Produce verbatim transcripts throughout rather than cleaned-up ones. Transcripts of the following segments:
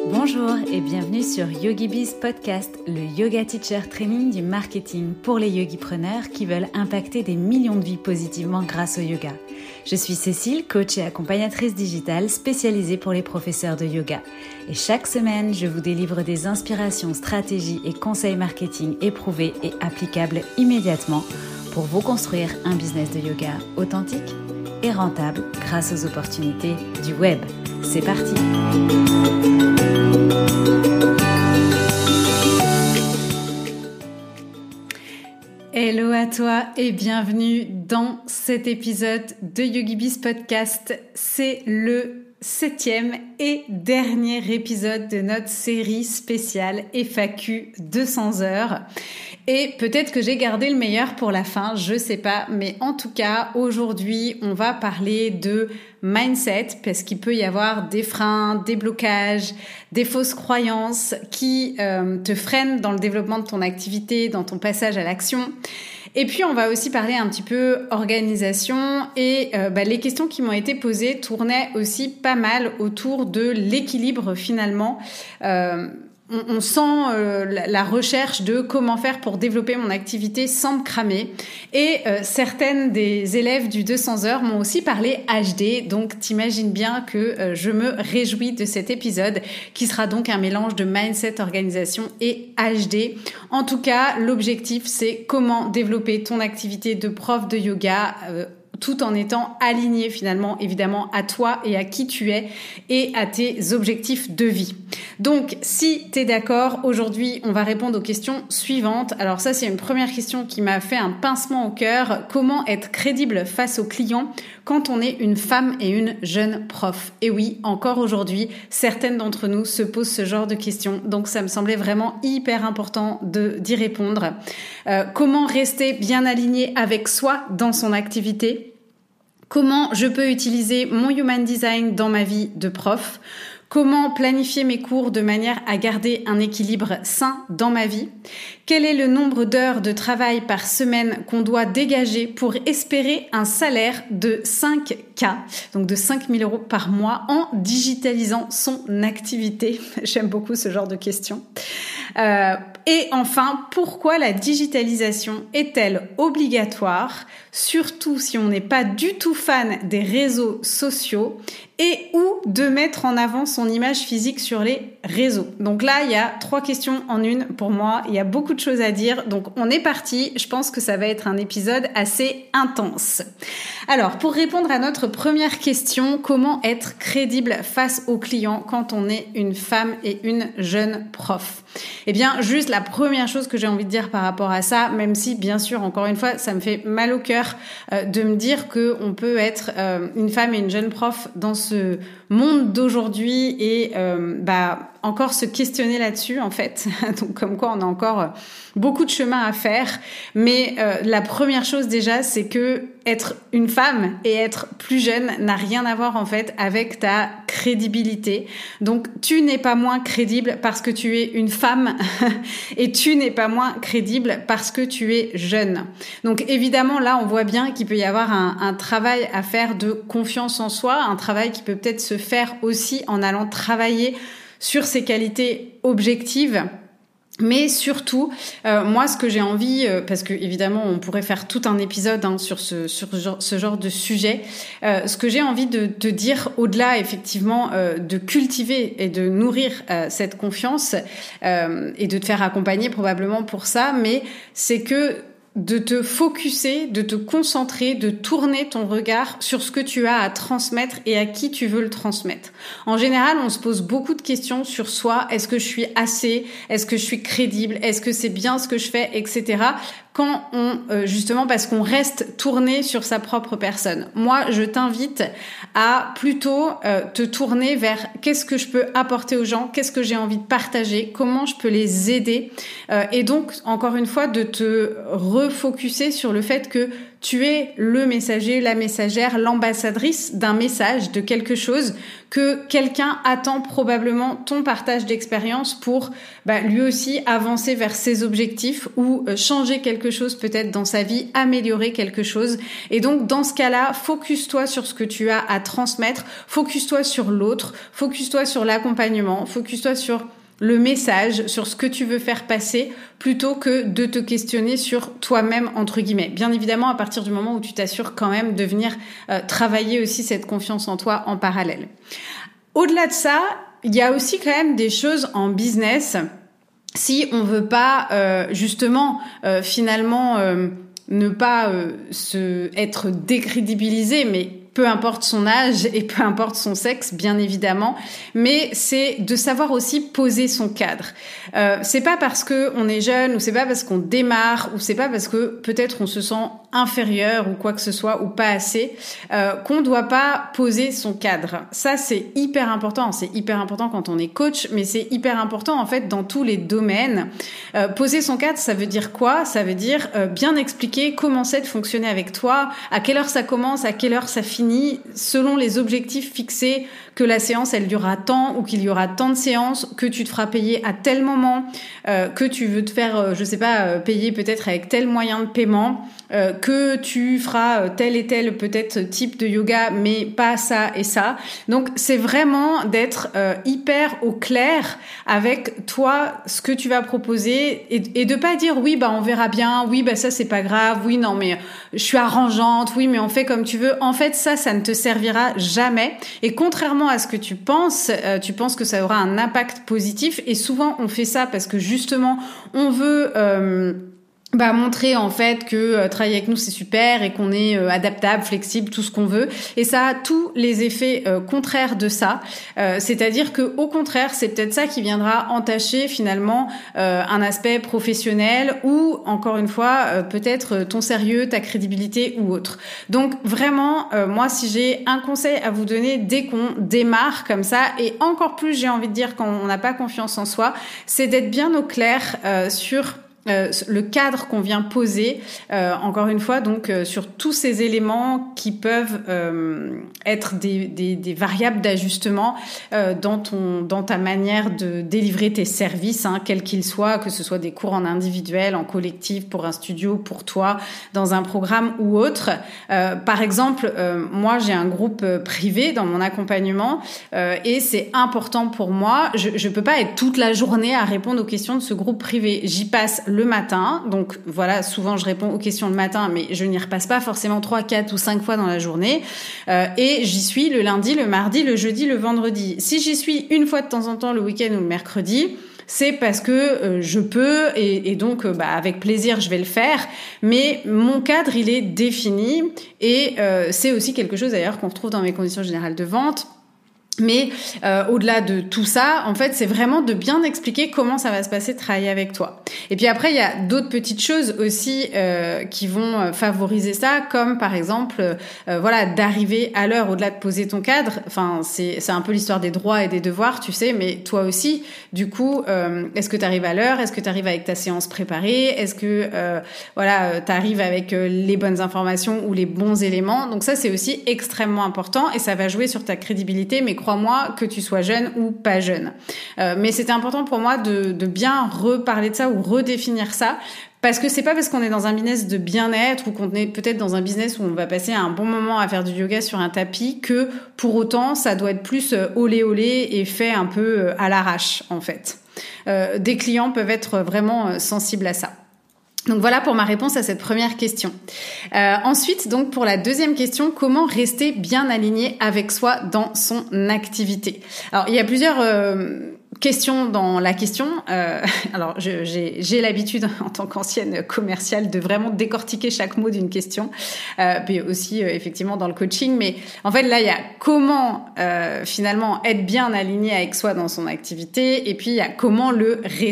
Bonjour et bienvenue sur YogiBiz Podcast, le yoga teacher training du marketing pour les yogipreneurs qui veulent impacter des millions de vies positivement grâce au yoga. Je suis Cécile, coach et accompagnatrice digitale spécialisée pour les professeurs de yoga. Et chaque semaine, je vous délivre des inspirations, stratégies et conseils marketing éprouvés et applicables immédiatement pour vous construire un business de yoga authentique et rentable grâce aux opportunités du web. C'est parti! Hello à toi et bienvenue dans cet épisode de YogiBiz Podcast. C'est le septième et dernier épisode de notre série spéciale F A Q deux cents heures. Et peut-être que j'ai gardé le meilleur pour la fin, je sais pas, mais en tout cas, aujourd'hui, on va parler de mindset parce qu'il peut y avoir des freins, des blocages, des fausses croyances qui euh, te freinent dans le développement de ton activité, dans ton passage à l'action. Et puis, on va aussi parler un petit peu organisation et euh, bah, les questions qui m'ont été posées tournaient aussi pas mal autour de l'équilibre finalement. Euh, On, on sent euh, la, la recherche de comment faire pour développer mon activité sans me cramer. Et euh, certaines des élèves du deux cents heures m'ont aussi parlé H D. Donc, t'imagines bien que euh, je me réjouis de cet épisode qui sera donc un mélange de mindset, organisation et H D. En tout cas, l'objectif, c'est comment développer ton activité de prof de yoga euh, tout en étant aligné finalement évidemment à toi et à qui tu es et à tes objectifs de vie. Donc si tu es d'accord, aujourd'hui on va répondre aux questions suivantes. Alors ça c'est une première question qui m'a fait un pincement au cœur. Comment être crédible face aux clients quand on est une femme et une jeune prof? Et oui, encore aujourd'hui, certaines d'entre nous se posent ce genre de questions. Donc ça me semblait vraiment hyper important de, d'y répondre. Euh, comment rester bien aligné avec soi dans son activité? Comment je peux utiliser mon human design dans ma vie de prof? Comment planifier mes cours de manière à garder un équilibre sain dans ma vie? Quel est le nombre d'heures de travail par semaine qu'on doit dégager pour espérer un salaire de cinq K, donc de cinq mille euros par mois en digitalisant son activité? J'aime beaucoup ce genre de questions. Euh, et enfin, pourquoi la digitalisation est-elle obligatoire, surtout si on n'est pas du tout fan des réseaux sociaux, et où de mettre en avant son image physique sur les réseaux? Donc là, il y a trois questions en une pour moi. Il y a beaucoup de choses à dire. Donc on est parti. Je pense que ça va être un épisode assez intense. Alors, pour répondre à notre première question, comment être crédible face aux clients quand on est une femme et une jeune prof? Eh bien, juste la première chose que j'ai envie de dire par rapport à ça, même si, bien sûr, encore une fois, ça me fait mal au cœur euh, de me dire qu'on peut être euh, une femme et une jeune prof dans ce monde d'aujourd'hui et euh, bah encore se questionner là-dessus en fait. Donc comme quoi on a encore beaucoup de chemin à faire. Mais euh, la première chose déjà, c'est que être une femme et être plus jeune n'a rien à voir en fait avec ta crédibilité. Donc tu n'es pas moins crédible parce que tu es une femme et tu n'es pas moins crédible parce que tu es jeune. Donc évidemment là on voit bien qu'il peut y avoir un, un travail à faire de confiance en soi, un travail qui peut peut-être se faire aussi en allant travailler sur ses qualités objectives. Mais surtout, euh, moi, ce que j'ai envie, euh, parce que évidemment, on pourrait faire tout un épisode hein, sur ce sur ce genre, ce genre de sujet. Euh, ce que j'ai envie de te dire, au-delà effectivement euh, de cultiver et de nourrir euh, cette confiance euh, et de te faire accompagner probablement pour ça, mais c'est que de te focuser, de te concentrer, de tourner ton regard sur ce que tu as à transmettre et à qui tu veux le transmettre. En général, on se pose beaucoup de questions sur soi. Est-ce que je suis assez? Est-ce que je suis crédible? Est-ce que c'est bien ce que je fais? Etc. Quand on, euh, justement, parce qu'on reste tourné sur sa propre personne. Moi, je t'invite à plutôt euh, te tourner vers qu'est-ce que je peux apporter aux gens? Qu'est-ce que j'ai envie de partager? Comment je peux les aider? Euh, et donc, encore une fois, de te refocuser sur le fait que tu es le messager, la messagère, l'ambassadrice d'un message, de quelque chose que quelqu'un attend probablement ton partage d'expérience pour bah, lui aussi avancer vers ses objectifs ou euh, changer quelque chose peut-être dans sa vie, améliorer quelque chose. Et donc dans ce cas-là, focus-toi sur ce que tu as à transmettre, focus-toi sur l'autre, focus-toi sur l'accompagnement, focus-toi sur le message, sur ce que tu veux faire passer, plutôt que de te questionner sur toi-même, entre guillemets. Bien évidemment, à partir du moment où tu t'assures quand même de venir euh, travailler aussi cette confiance en toi en parallèle. Au-delà de ça, il y a aussi quand même des choses en business. Si on veut pas euh, justement euh, finalement euh, ne pas euh, se être décrédibilisé, mais peu importe son âge et peu importe son sexe, bien évidemment, mais c'est de savoir aussi poser son cadre. Euh, c'est pas parce que on est jeune ou c'est pas parce qu'on démarre ou c'est pas parce que peut-être on se sent inférieur ou quoi que ce soit ou pas assez euh, qu'on doit pas poser son cadre. Ça c'est hyper important. C'est hyper important quand on est coach, mais c'est hyper important en fait dans tous les domaines. Euh, poser son cadre, ça veut dire quoi ? Ça veut dire euh, bien expliquer comment c'est de fonctionner avec toi, à quelle heure ça commence, à quelle heure ça finit, selon les objectifs fixés, que la séance elle durera tant ou qu'il y aura tant de séances, que tu te feras payer à tel moment, euh, que tu veux te faire, euh, je sais pas, euh, payer peut-être avec tel moyen de paiement, euh, que tu feras euh, tel et tel peut-être type de yoga, mais pas ça et ça. Donc c'est vraiment d'être euh, hyper au clair avec toi, ce que tu vas proposer et, et de pas dire oui bah on verra bien, oui bah ça c'est pas grave, oui non mais je suis arrangeante, oui mais on fait comme tu veux. En fait ça, ça ne te servira jamais. Et contrairement à ce que tu penses, euh, tu penses que ça aura un impact positif. Et souvent, on fait ça parce que justement, on veut... Euh, bah montrer en fait que euh, travailler avec nous c'est super et qu'on est euh, adaptable, flexible, tout ce qu'on veut, et ça a tous les effets euh, contraires de ça, euh, c'est-à-dire que au contraire c'est peut-être ça qui viendra entacher finalement euh, un aspect professionnel ou encore une fois euh, peut-être ton sérieux, ta crédibilité ou autre. Donc vraiment euh, moi si j'ai un conseil à vous donner dès qu'on démarre comme ça, et encore plus j'ai envie de dire quand on n'a pas confiance en soi, c'est d'être bien au clair euh, sur Euh, le cadre qu'on vient poser, euh, encore une fois, donc euh, sur tous ces éléments qui peuvent euh, être des, des, des variables d'ajustement euh, dans ton, dans ta manière de délivrer tes services, hein, quels qu'ils soient, que ce soit des cours en individuel, en collectif, pour un studio, pour toi, dans un programme ou autre. Euh, par exemple, euh, moi j'ai un groupe privé dans mon accompagnement euh, et c'est important pour moi. Je, je peux pas être toute la journée à répondre aux questions de ce groupe privé. J'y passe le matin, donc voilà, souvent je réponds aux questions le matin, mais je n'y repasse pas forcément trois, quatre ou cinq fois dans la journée, euh, et j'y suis le lundi, le mardi, le jeudi, le vendredi. Si j'y suis une fois de temps en temps le week-end ou le mercredi, c'est parce que euh, je peux et, et donc euh, bah, avec plaisir je vais le faire, mais mon cadre il est défini et euh, c'est aussi quelque chose d'ailleurs qu'on retrouve dans mes conditions générales de vente. Mais euh, au-delà de tout ça, en fait, c'est vraiment de bien expliquer comment ça va se passer de travailler avec toi. Et puis après, il y a d'autres petites choses aussi euh, qui vont favoriser ça, comme par exemple, euh, voilà, d'arriver à l'heure au-delà de poser ton cadre. Enfin, c'est c'est un peu l'histoire des droits et des devoirs, tu sais. Mais toi aussi, du coup, euh, est-ce que tu arrives à l'heure ? Est-ce que tu arrives avec ta séance préparée ? Est-ce que euh, voilà, tu arrives avec les bonnes informations ou les bons éléments ? Donc ça, c'est aussi extrêmement important et ça va jouer sur ta crédibilité. Mais crois-moi, que tu sois jeune ou pas jeune. Euh, mais c'était important pour moi de, de bien reparler de ça ou redéfinir ça, parce que c'est pas parce qu'on est dans un business de bien-être ou qu'on est peut-être dans un business où on va passer un bon moment à faire du yoga sur un tapis que pour autant ça doit être plus olé olé et fait un peu à l'arrache en fait. Euh, des clients peuvent être vraiment sensibles à ça. Donc voilà pour ma réponse à cette première question. Euh, ensuite, donc pour la deuxième question, comment rester bien aligné avec soi dans son activité ? Alors il y a plusieurs euh, questions dans la question. Euh, alors je, j'ai, j'ai l'habitude en tant qu'ancienne commerciale de vraiment décortiquer chaque mot d'une question, euh, puis aussi euh, effectivement dans le coaching. Mais en fait là il y a comment euh, finalement être bien aligné avec soi dans son activité, et puis il y a comment le rester.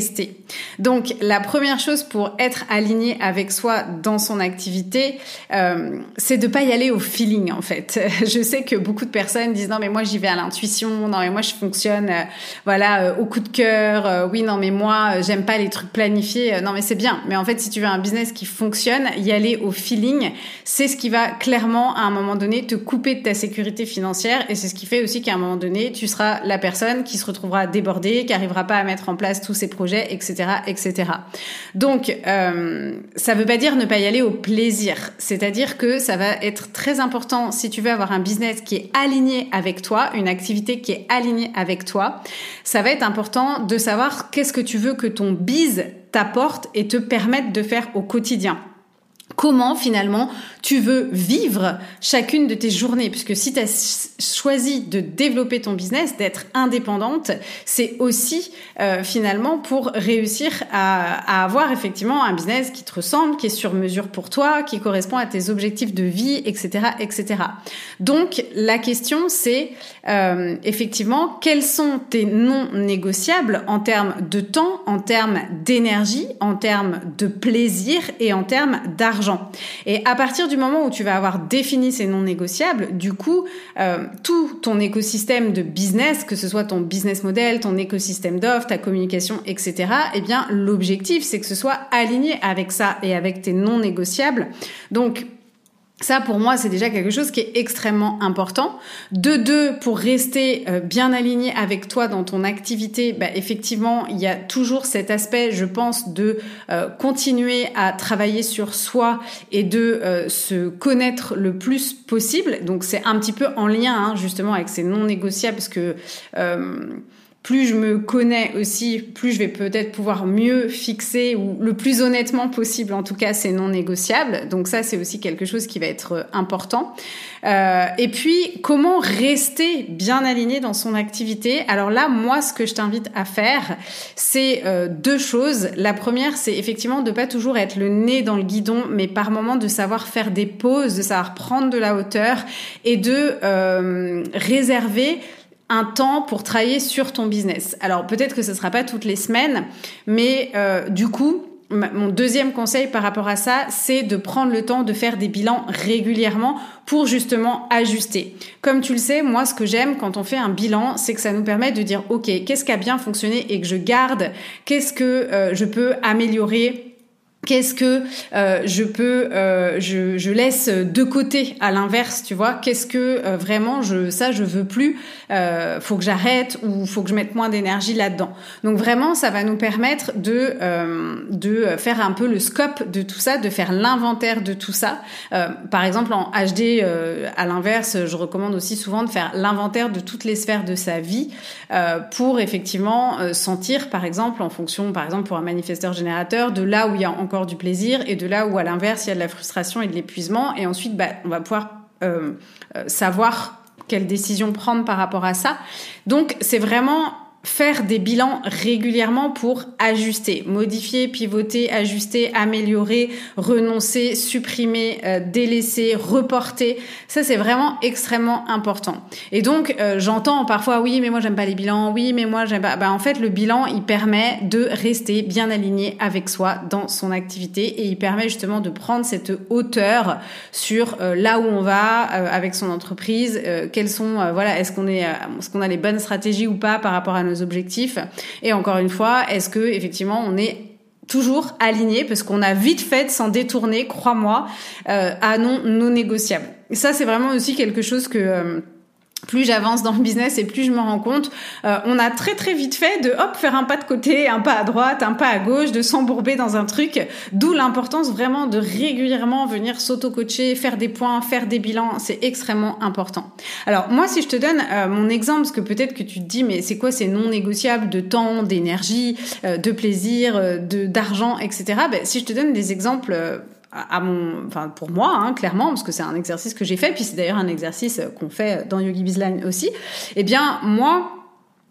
Donc, la première chose pour être aligné avec soi dans son activité, euh, c'est de pas y aller au feeling, en fait. Je sais que beaucoup de personnes disent non mais moi j'y vais à l'intuition, non mais moi je fonctionne, euh, voilà, euh, au coup de cœur. Euh, oui, non mais moi euh, j'aime pas les trucs planifiés. Euh, non mais c'est bien. Mais en fait, si tu veux un business qui fonctionne, y aller au feeling, c'est ce qui va clairement à un moment donné te couper de ta sécurité financière, et c'est ce qui fait aussi qu'à un moment donné, tu seras la personne qui se retrouvera débordée, qui arrivera pas à mettre en place tous ses projets, et cetera, et cetera. Donc, euh, ça veut pas dire ne pas y aller au plaisir. C'est-à-dire que ça va être très important si tu veux avoir un business qui est aligné avec toi, une activité qui est alignée avec toi. Ça va être important de savoir qu'est-ce que tu veux que ton biz t'apporte et te permette de faire au quotidien. Comment finalement tu veux vivre chacune de tes journées, puisque si tu as choisi de développer ton business, d'être indépendante, c'est aussi euh, finalement pour réussir à, à avoir effectivement un business qui te ressemble, qui est sur mesure pour toi, qui correspond à tes objectifs de vie, et cetera, et cetera. Donc la question c'est euh, effectivement quels sont tes non négociables en termes de temps, en termes d'énergie, en termes de plaisir et en termes d'argent. Et à partir du moment où tu vas avoir défini ces non négociables, du coup, euh, tout ton écosystème de business, que ce soit ton business model, ton écosystème d'offres, ta communication, et cetera, eh bien, l'objectif, c'est que ce soit aligné avec ça et avec tes non négociables. Donc, ça, pour moi, c'est déjà quelque chose qui est extrêmement important. De deux, pour rester euh, bien aligné avec toi dans ton activité, bah, effectivement, il y a toujours cet aspect, je pense, de euh, continuer à travailler sur soi et de euh, se connaître le plus possible. Donc, c'est un petit peu en lien, hein, justement, avec ces non négociables, parce que euh, plus je me connais aussi, plus je vais peut-être pouvoir mieux fixer, ou le plus honnêtement possible, en tout cas, c'est non négociable. Donc ça, c'est aussi quelque chose qui va être important. Euh, et puis, comment rester bien aligné dans son activité? Alors là, moi, ce que je t'invite à faire, c'est euh, deux choses. La première, c'est effectivement de pas toujours être le nez dans le guidon, mais par moment de savoir faire des pauses, de savoir prendre de la hauteur et de euh, réserver un temps pour travailler sur ton business. Alors peut-être que ce sera pas toutes les semaines, mais euh, du coup, mon deuxième conseil par rapport à ça, c'est de prendre le temps de faire des bilans régulièrement pour justement ajuster. Comme tu le sais, moi, ce que j'aime quand on fait un bilan, c'est que ça nous permet de dire, OK, qu'est-ce qui a bien fonctionné et que je garde? Qu'est-ce que euh, je peux améliorer? Qu'est-ce que euh, je peux, euh, je, je laisse de côté à l'inverse, tu vois? Qu'est-ce que euh, vraiment je, ça je veux plus, euh, faut que j'arrête ou faut que je mette moins d'énergie là-dedans. Donc vraiment, ça va nous permettre de euh, de faire un peu le scope de tout ça, de faire l'inventaire de tout ça. Euh, par exemple, en H D, euh, à l'inverse, je recommande aussi souvent de faire l'inventaire de toutes les sphères de sa vie euh, pour effectivement euh, sentir, par exemple, en fonction, par exemple pour un manifesteur générateur, de là où il y a encore du plaisir et de là où à l'inverse il y a de la frustration et de l'épuisement, et ensuite bah, on va pouvoir euh, euh, savoir quelle décision prendre par rapport à ça. Donc c'est vraiment faire des bilans régulièrement pour ajuster, modifier, pivoter, ajuster, améliorer, renoncer, supprimer, euh, délaisser, reporter. Ça, c'est vraiment extrêmement important. Et donc, euh, j'entends parfois, oui, mais moi, j'aime pas les bilans. Oui, mais moi, j'aime pas... Ben, en fait, le bilan, il permet de rester bien aligné avec soi dans son activité, et il permet justement de prendre cette hauteur sur euh, là où on va euh, avec son entreprise, euh, quels sont, euh, voilà, est-ce qu'on est, euh, est-ce qu'on a les bonnes stratégies ou pas par rapport à nos objectifs, et encore une fois, est-ce que effectivement on est toujours aligné, parce qu'on a vite fait de s'en détourner, crois-moi, euh, à non non négociable. Et ça, c'est vraiment aussi quelque chose que euh, plus j'avance dans le business et plus je me rends compte, euh, on a très très vite fait de hop faire un pas de côté, un pas à droite, un pas à gauche, de s'embourber dans un truc, d'où l'importance vraiment de régulièrement venir s'auto-coacher, faire des points, faire des bilans, c'est extrêmement important. Alors moi, si je te donne euh, mon exemple, parce que peut-être que tu te dis mais c'est quoi ces non négociables de temps, d'énergie, euh, de plaisir, euh, de d'argent, et cetera. Ben, si je te donne des exemples euh, à mon, enfin pour moi, hein, clairement, parce que c'est un exercice que j'ai fait, puis c'est d'ailleurs un exercice qu'on fait dans Yogi Bizline aussi. Eh bien, moi,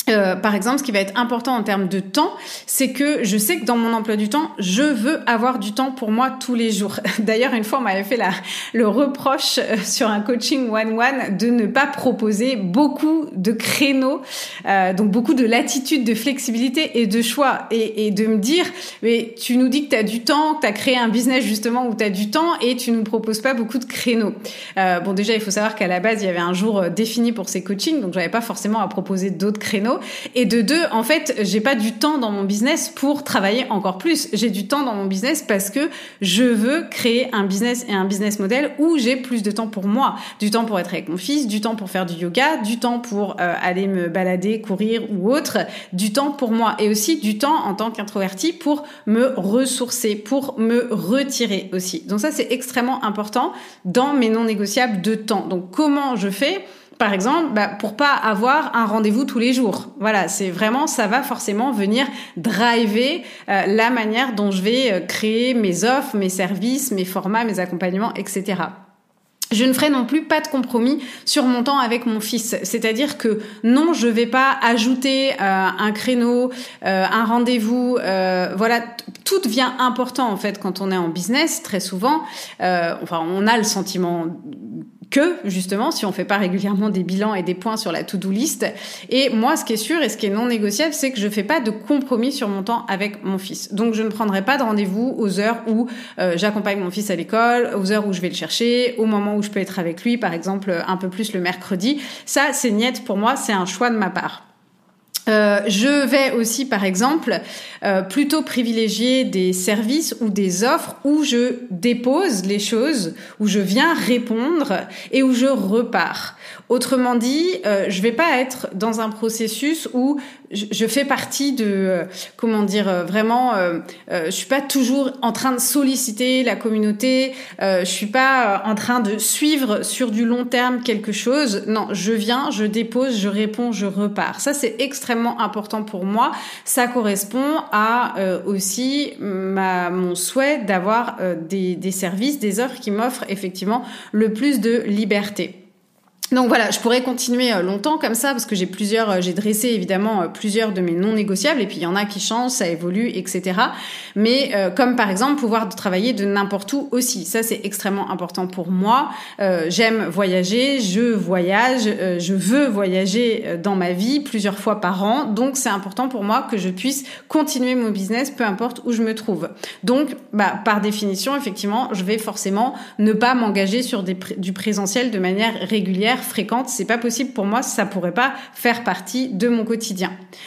Euh, par exemple, ce qui va être important en termes de temps, c'est que je sais que dans mon emploi du temps, je veux avoir du temps pour moi tous les jours. D'ailleurs, une fois, on m'avait fait la, le reproche euh, sur un coaching one-one de ne pas proposer beaucoup de créneaux, euh, donc beaucoup de latitude, de flexibilité et de choix, et, et de me dire, mais tu nous dis que tu as du temps, que tu as créé un business justement où tu as du temps et tu nous proposes pas beaucoup de créneaux. Euh, bon, déjà, il faut savoir qu'à la base, il y avait un jour défini pour ces coachings, donc j'avais pas forcément à proposer d'autres créneaux. Et de deux, en fait, j'ai pas du temps dans mon business pour travailler encore plus. J'ai du temps dans mon business parce que je veux créer un business et un business model où j'ai plus de temps pour moi. Du temps pour être avec mon fils, du temps pour faire du yoga, du temps pour euh, aller me balader, courir ou autre, du temps pour moi. Et aussi du temps en tant qu'introvertie pour me ressourcer, pour me retirer aussi. Donc ça, c'est extrêmement important dans mes non négociables de temps. Donc comment je fais ? Par exemple, bah, pour pas avoir un rendez-vous tous les jours. Voilà, c'est vraiment, ça va forcément venir driver euh, la manière dont je vais euh, créer mes offres, mes services, mes formats, mes accompagnements, et cetera. Je ne ferai non plus pas de compromis sur mon temps avec mon fils. C'est-à-dire que non, je vais pas ajouter euh, un créneau, euh, un rendez-vous. Euh, voilà, t- tout devient important en fait quand on est en business. Très souvent, euh, enfin, on a le sentiment que, justement, si on fait pas régulièrement des bilans et des points sur la to-do list. Et moi, ce qui est sûr et ce qui est non négociable, c'est que je fais pas de compromis sur mon temps avec mon fils. Donc, je ne prendrai pas de rendez-vous aux heures où euh, j'accompagne mon fils à l'école, aux heures où je vais le chercher, au moment où je peux être avec lui, par exemple, un peu plus le mercredi. Ça, c'est niet pour moi, c'est un choix de ma part. Euh, je vais aussi, par exemple, euh, plutôt privilégier des services ou des offres où je dépose les choses, où je viens répondre et où je repars. Autrement dit, euh, je vais pas être dans un processus où je, je fais partie de, euh, comment dire, euh, vraiment, euh, euh, je suis pas toujours en train de solliciter la communauté, euh, je suis pas euh, en train de suivre sur du long terme quelque chose. Non, je viens, je dépose, je réponds, je repars. Ça, c'est extrêmement important pour moi. Ça correspond à euh, aussi ma, mon souhait d'avoir euh, des, des services, des offres qui m'offrent effectivement le plus de liberté. Donc voilà, je pourrais continuer longtemps comme ça parce que j'ai plusieurs, j'ai dressé évidemment plusieurs de mes non négociables et puis il y en a qui changent, ça évolue, et cetera. Mais euh, comme par exemple pouvoir travailler de n'importe où aussi, ça c'est extrêmement important pour moi. Euh, j'aime voyager, je voyage, euh, je veux voyager dans ma vie plusieurs fois par an, donc c'est important pour moi que je puisse continuer mon business peu importe où je me trouve. Donc bah par définition, effectivement, je vais forcément ne pas m'engager sur des pr- du présentiel de manière régulière, fréquente, c'est pas possible pour moi, ça pourrait pas faire partie de mon quotidien. Ok ?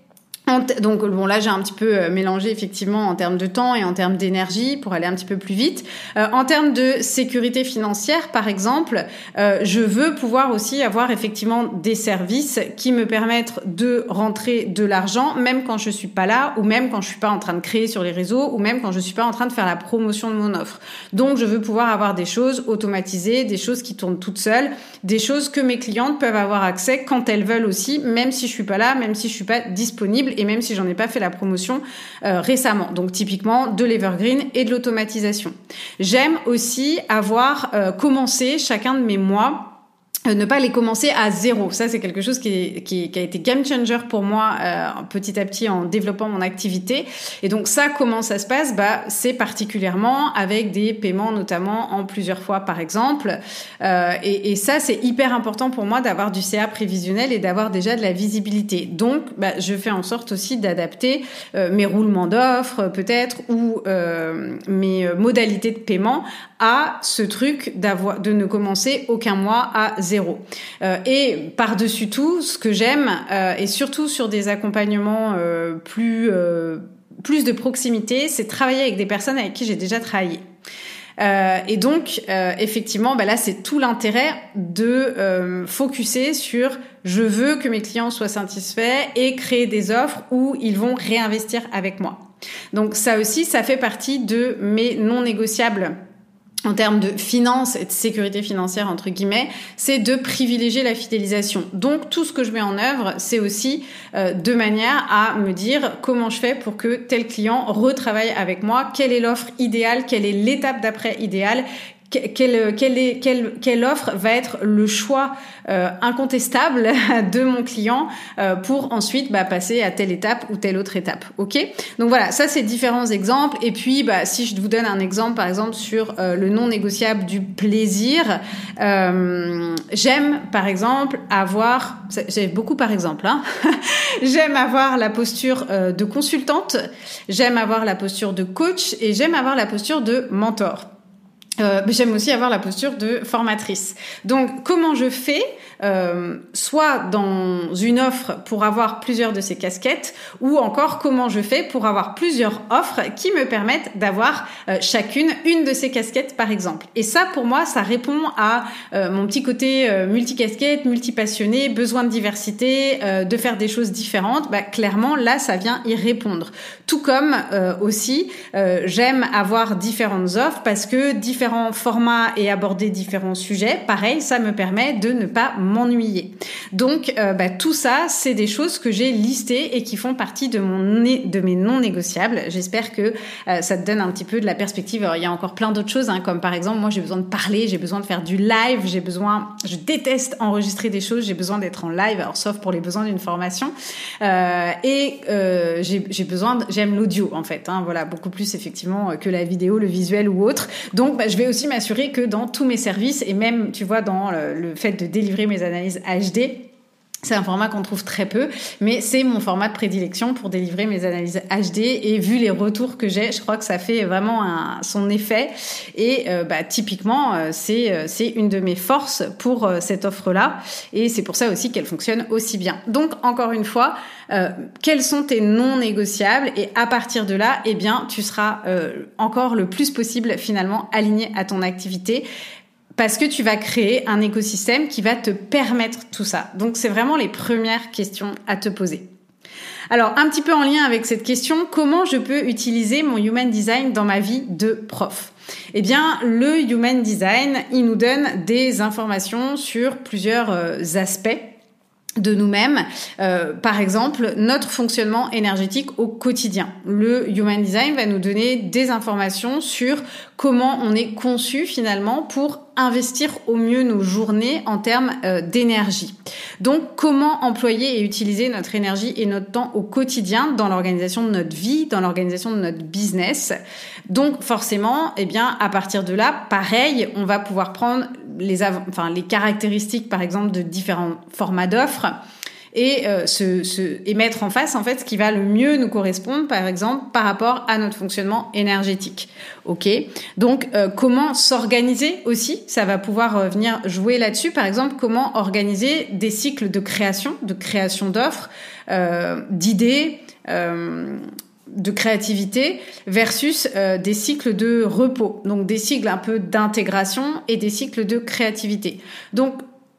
Donc bon, là j'ai un petit peu mélangé effectivement en termes de temps et en termes d'énergie pour aller un petit peu plus vite. Euh, en termes de sécurité financière, par exemple, euh, je veux pouvoir aussi avoir effectivement des services qui me permettent de rentrer de l'argent, même quand je suis pas là, ou même quand je suis pas en train de créer sur les réseaux, ou même quand je suis pas en train de faire la promotion de mon offre. Donc je veux pouvoir avoir des choses automatisées, des choses qui tournent toutes seules, des choses que mes clientes peuvent avoir accès quand elles veulent aussi, même si je suis pas là, même si je suis pas disponible. Et même si j'en ai pas fait la promotion euh, récemment. Donc typiquement de l'evergreen et de l'automatisation. J'aime aussi avoir euh, commencé chacun de mes mois. Euh, ne pas les commencer à zéro. Ça, c'est quelque chose qui, est, qui, qui a été game changer pour moi euh, petit à petit en développant mon activité. Et donc ça, comment ça se passe ? Bah, c'est particulièrement avec des paiements, notamment en plusieurs fois, par exemple. Euh, et, et ça, c'est hyper important pour moi d'avoir du C A prévisionnel et d'avoir déjà de la visibilité. Donc, bah, je fais en sorte aussi d'adapter euh, mes roulements d'offres, peut-être, ou euh, mes modalités de paiement à ce truc d'avoir, de ne commencer aucun mois à zéro. Euh, et par-dessus tout, ce que j'aime, euh, et surtout sur des accompagnements euh, plus, euh, plus de proximité, c'est travailler avec des personnes avec qui j'ai déjà travaillé. Euh, et donc, euh, effectivement, bah là, c'est tout l'intérêt de euh, focuser sur je veux que mes clients soient satisfaits et créer des offres où ils vont réinvestir avec moi. Donc ça aussi, ça fait partie de mes non négociables en termes de finances et de sécurité financière, entre guillemets, c'est de privilégier la fidélisation. Donc, tout ce que je mets en œuvre, c'est aussi euh, de manière à me dire comment je fais pour que tel client retravaille avec moi, quelle est l'offre idéale, quelle est l'étape d'après idéale, quelle, quelle, est, quelle, quelle offre va être le choix euh, incontestable de mon client euh, pour ensuite bah, passer à telle étape ou telle autre étape. Ok ? Donc voilà, ça c'est différents exemples. Et puis bah, si je vous donne un exemple par exemple sur euh, le non négociable du plaisir, euh, j'aime par exemple avoir, j'ai beaucoup par exemple, hein, j'aime avoir la posture euh, de consultante, j'aime avoir la posture de coach et j'aime avoir la posture de mentor. Euh, mais j'aime aussi avoir la posture de formatrice. Donc, comment je fais euh, soit dans une offre pour avoir plusieurs de ces casquettes, ou encore comment je fais pour avoir plusieurs offres qui me permettent d'avoir euh, chacune une de ces casquettes, par exemple. Et ça, pour moi, ça répond à euh, mon petit côté euh, multicasquette, multipassionné, besoin de diversité, euh, de faire des choses différentes. Bah, clairement, là, ça vient y répondre. Tout comme euh, aussi, euh, j'aime avoir différentes offres parce que différents formats et aborder différents sujets, pareil, ça me permet de ne pas m'ennuyer. Donc, euh, bah, tout ça, c'est des choses que j'ai listées et qui font partie de mon né- de mes non négociables. J'espère que euh, ça te donne un petit peu de la perspective. Alors, il y a encore plein d'autres choses, hein, comme par exemple, moi, j'ai besoin de parler, j'ai besoin de faire du live, j'ai besoin, je déteste enregistrer des choses, j'ai besoin d'être en live, alors sauf pour les besoins d'une formation. Euh, et euh, j'ai, j'ai besoin, de, j'aime l'audio en fait, hein, voilà, beaucoup plus effectivement que la vidéo, le visuel ou autre. Donc, bah, je vais aussi m'assurer que dans tous mes services et même, tu vois, dans le, le fait de délivrer mes analyses H D, c'est un format qu'on trouve très peu, mais c'est mon format de prédilection pour délivrer mes analyses H D. Et vu les retours que j'ai, je crois que ça fait vraiment un, son effet. Et euh, bah, typiquement, euh, c'est, euh, c'est une de mes forces pour euh, cette offre-là. Et c'est pour ça aussi qu'elle fonctionne aussi bien. Donc, encore une fois, euh, quels sont tes non négociables ? Et à partir de là, eh bien, tu seras euh, encore le plus possible finalement aligné à ton activité. Parce que tu vas créer un écosystème qui va te permettre tout ça. Donc, c'est vraiment les premières questions à te poser. Alors, un petit peu en lien avec cette question, comment je peux utiliser mon Human Design dans ma vie de prof ? Eh bien, le Human Design, il nous donne des informations sur plusieurs euh, aspects de nous-mêmes, euh, par exemple notre fonctionnement énergétique au quotidien. Le Human Design va nous donner des informations sur comment on est conçu finalement pour investir au mieux nos journées en termes euh, d'énergie. Donc, comment employer et utiliser notre énergie et notre temps au quotidien dans l'organisation de notre vie, dans l'organisation de notre business. Donc, forcément, eh bien, à partir de là, pareil, on va pouvoir prendre les, av- enfin, les caractéristiques, par exemple, de différents formats d'offres et euh, se, se et mettre en face en fait ce qui va le mieux nous correspondre, par exemple par rapport à notre fonctionnement énergétique. Ok, donc euh, comment s'organiser aussi, ça va pouvoir euh, venir jouer là-dessus. Par exemple, comment organiser des cycles de création, de création d'offres, euh, d'idées. Euh, de créativité versus euh, des cycles de repos, donc des cycles un peu d'intégration et des cycles de créativité. Donc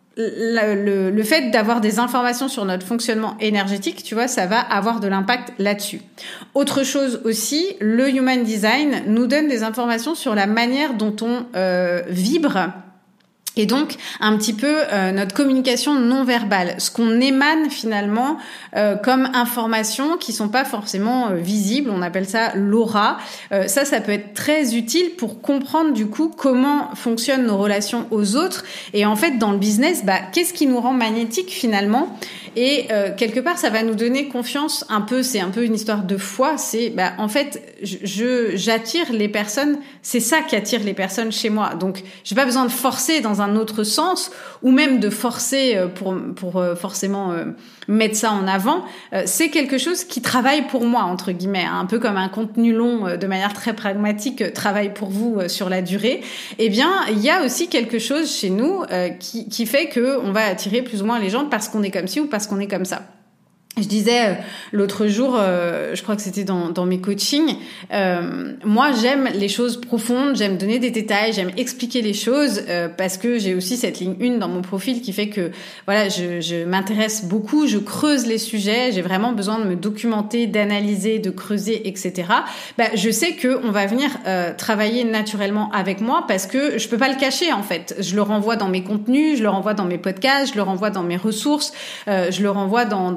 Le, le, le fait d'avoir des informations sur notre fonctionnement énergétique, tu vois, ça va avoir de l'impact là-dessus. Autre chose aussi, le Human Design nous donne des informations sur la manière dont on euh, vibre. Et donc, un petit peu euh, notre communication non verbale, ce qu'on émane finalement euh, comme informations qui sont pas forcément euh, visibles, on appelle ça l'aura. Euh, ça, ça peut être très utile pour comprendre du coup comment fonctionnent nos relations aux autres. Et en fait, dans le business, bah, qu'est-ce qui nous rend magnétique finalement ? Et euh, quelque part, ça va nous donner confiance un peu, c'est un peu une histoire de foi, c'est bah, en fait, je, je j'attire les personnes, c'est ça qui attire les personnes chez moi. Donc, j'ai pas besoin de forcer dans un autre sens ou même de forcer pour, pour forcément euh, mettre ça en avant. Euh, c'est quelque chose qui travaille pour moi, entre guillemets, hein, un peu comme un contenu long euh, de manière très pragmatique euh, travaille pour vous euh, sur la durée. Eh bien, il y a aussi quelque chose chez nous euh, qui, qui fait que on va attirer plus ou moins les gens parce qu'on est comme ci ou parce qu'on est comme ça. Je disais euh, l'autre jour, euh, je crois que c'était dans, dans mes coachings, euh, moi j'aime les choses profondes, j'aime donner des détails, j'aime expliquer les choses euh, parce que j'ai aussi cette ligne une dans mon profil qui fait que voilà, je, je m'intéresse beaucoup, je creuse les sujets, j'ai vraiment besoin de me documenter, d'analyser, de creuser, et cetera. Bah, je sais que on va venir euh, travailler naturellement avec moi parce que je peux pas le cacher en fait. Je le renvoie dans mes contenus, je le renvoie dans mes podcasts, je le renvoie dans mes ressources, euh, je le renvoie dans, dans mes formations.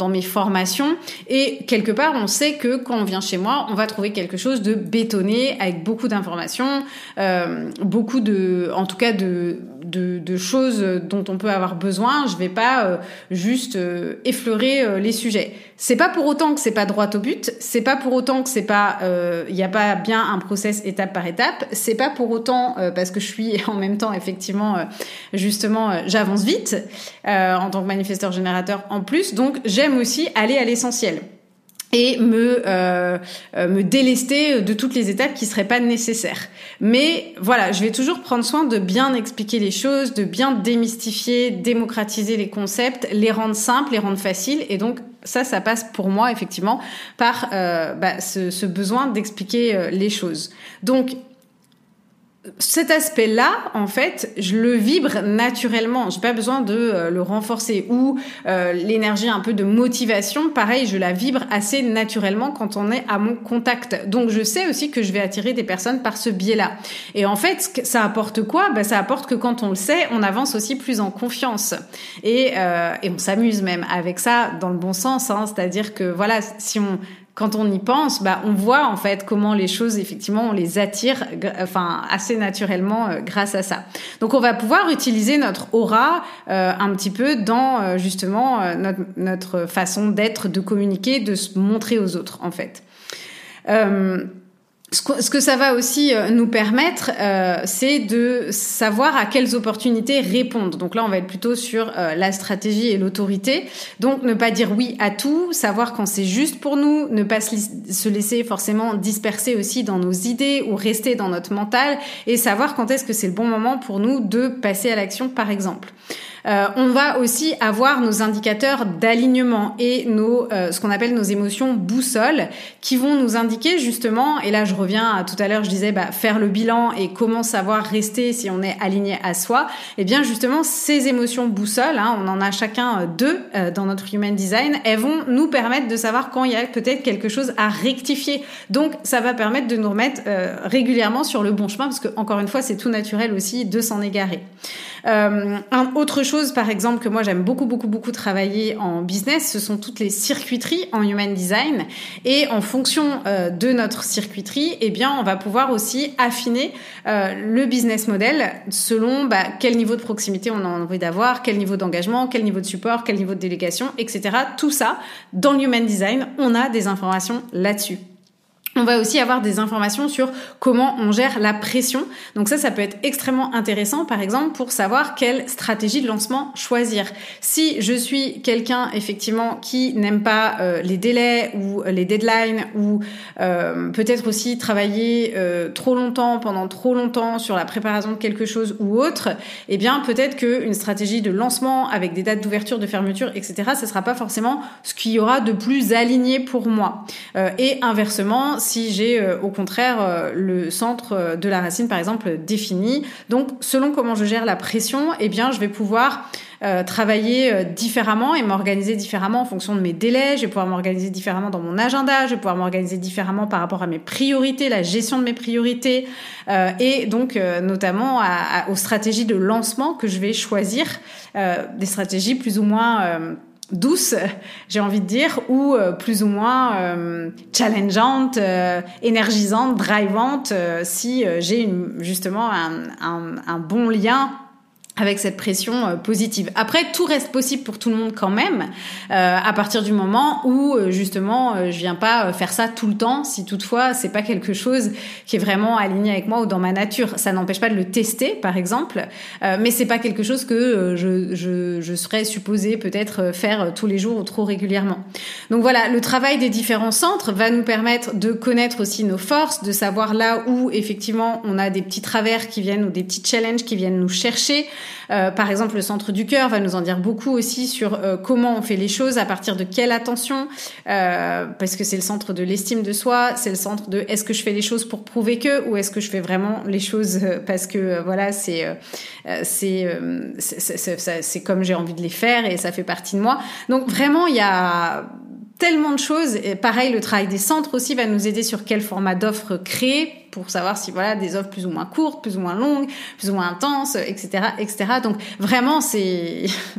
d'informations. Et quelque part, on sait que quand on vient chez moi, on va trouver quelque chose de bétonné, avec beaucoup d'informations, euh, beaucoup de, en tout cas de, de, de choses dont on peut avoir besoin. Je vais pas euh, juste euh, effleurer euh, les sujets. C'est pas pour autant que c'est pas droit au but. C'est pas pour autant que c'est pas, il euh, y a pas bien un process étape par étape. C'est pas pour autant euh, parce que je suis en même temps effectivement euh, justement euh, j'avance vite euh, en tant que manifesteur générateur en plus. Donc j'aime aussi aller à l'essentiel et me euh, euh, me délester de toutes les étapes qui seraient pas nécessaires. Mais voilà, je vais toujours prendre soin de bien expliquer les choses, de bien démystifier, démocratiser les concepts, les rendre simples, les rendre faciles. Et donc ça, ça passe pour moi effectivement par euh, bah, ce, ce besoin d'expliquer euh, les choses. Donc cet aspect-là, en fait, je le vibre naturellement. J'ai pas besoin de euh, le renforcer. Ou euh, l'énergie un peu de motivation, pareil, je la vibre assez naturellement quand on est à mon contact. Donc, je sais aussi que je vais attirer des personnes par ce biais-là. Et en fait, ça apporte quoi ? Ben, ça apporte que quand on le sait, on avance aussi plus en confiance. Et, euh, et on s'amuse même avec ça dans le bon sens. Hein. C'est-à-dire que, voilà, si on... Quand on y pense, bah, on voit en fait comment les choses, effectivement, on les attire, enfin, assez naturellement euh, grâce à ça. Donc, on va pouvoir utiliser notre aura euh, un petit peu dans euh, justement euh, notre, notre façon d'être, de communiquer, de se montrer aux autres, en fait. Euh, Ce que ça va aussi nous permettre, euh, c'est de savoir à quelles opportunités répondre. Donc là, on va être plutôt sur euh, la stratégie et l'autorité. Donc, ne pas dire oui à tout, savoir quand c'est juste pour nous, ne pas se laisser forcément disperser aussi dans nos idées ou rester dans notre mental et savoir quand est-ce que c'est le bon moment pour nous de passer à l'action, par exemple. Euh, on va aussi avoir nos indicateurs d'alignement et nos, euh, ce qu'on appelle nos émotions boussoles qui vont nous indiquer justement, et là je reviens à tout à l'heure, je disais bah, faire le bilan et comment savoir rester si on est aligné à soi. Et bien justement, ces émotions boussoles, hein, on en a chacun deux euh, dans notre Human Design, elles vont nous permettre de savoir quand il y a peut-être quelque chose à rectifier. Donc ça va permettre de nous remettre euh, régulièrement sur le bon chemin parce que encore une fois, c'est tout naturel aussi de s'en égarer. Euh, un autre chose, par exemple, que moi j'aime beaucoup, beaucoup, beaucoup travailler en business, ce sont toutes les circuiteries en Human Design. Et en fonction euh, de notre circuiterie, eh bien, on va pouvoir aussi affiner euh, le business model selon bah, quel niveau de proximité on a envie d'avoir, quel niveau d'engagement, quel niveau de support, quel niveau de délégation, et cetera. Tout ça, dans le Human Design, on a des informations là-dessus. On va aussi avoir des informations sur comment on gère la pression. Donc ça, ça peut être extrêmement intéressant, par exemple, pour savoir quelle stratégie de lancement choisir. Si je suis quelqu'un, effectivement, qui n'aime pas euh, les délais ou les deadlines ou euh, peut-être aussi travailler euh, trop longtemps, pendant trop longtemps sur la préparation de quelque chose ou autre, eh bien, peut-être qu'une stratégie de lancement avec des dates d'ouverture, de fermeture, et cetera, ce sera pas forcément ce qu'il y aura de plus aligné pour moi. Euh, et inversement, si j'ai euh, au contraire euh, le centre de la racine par exemple défini. Donc selon comment je gère la pression, eh bien je vais pouvoir euh, travailler euh, différemment et m'organiser différemment en fonction de mes délais, je vais pouvoir m'organiser différemment dans mon agenda, je vais pouvoir m'organiser différemment par rapport à mes priorités, la gestion de mes priorités euh, et donc euh, notamment à, à, aux stratégies de lancement que je vais choisir, euh, des stratégies plus ou moins euh, douce, j'ai envie de dire, ou euh, plus ou moins euh, challengeante, euh, énergisante, drivante, euh, si euh, j'ai une, justement un, un, un bon lien avec cette pression euh, positive. Après, tout reste possible pour tout le monde quand même, euh, à partir du moment où euh, justement euh, je viens pas faire ça tout le temps, si toutefois c'est pas quelque chose qui est vraiment aligné avec moi ou dans ma nature. Ça n'empêche pas de le tester, par exemple, euh, mais c'est pas quelque chose que euh, je, je, je serais supposée peut-être faire tous les jours ou trop régulièrement. Donc voilà, le travail des différents centres va nous permettre de connaître aussi nos forces, de savoir là où effectivement on a des petits travers qui viennent ou des petits challenges qui viennent nous chercher. Euh, par exemple, le centre du cœur va nous en dire beaucoup aussi sur euh, comment on fait les choses, à partir de quelle attention, euh, parce que c'est le centre de l'estime de soi, c'est le centre de est-ce que je fais les choses pour prouver que, ou est-ce que je fais vraiment les choses parce que euh, voilà, c'est euh, c'est, euh, c'est, c'est, c'est, c'est, c'est comme j'ai envie de les faire et ça fait partie de moi. Donc vraiment, il y a tellement de choses. Et pareil, le travail des centres aussi va nous aider sur quel format d'offres créer pour savoir si voilà des offres plus ou moins courtes, plus ou moins longues, plus ou moins intenses, et cetera, et cetera. Donc vraiment, c'est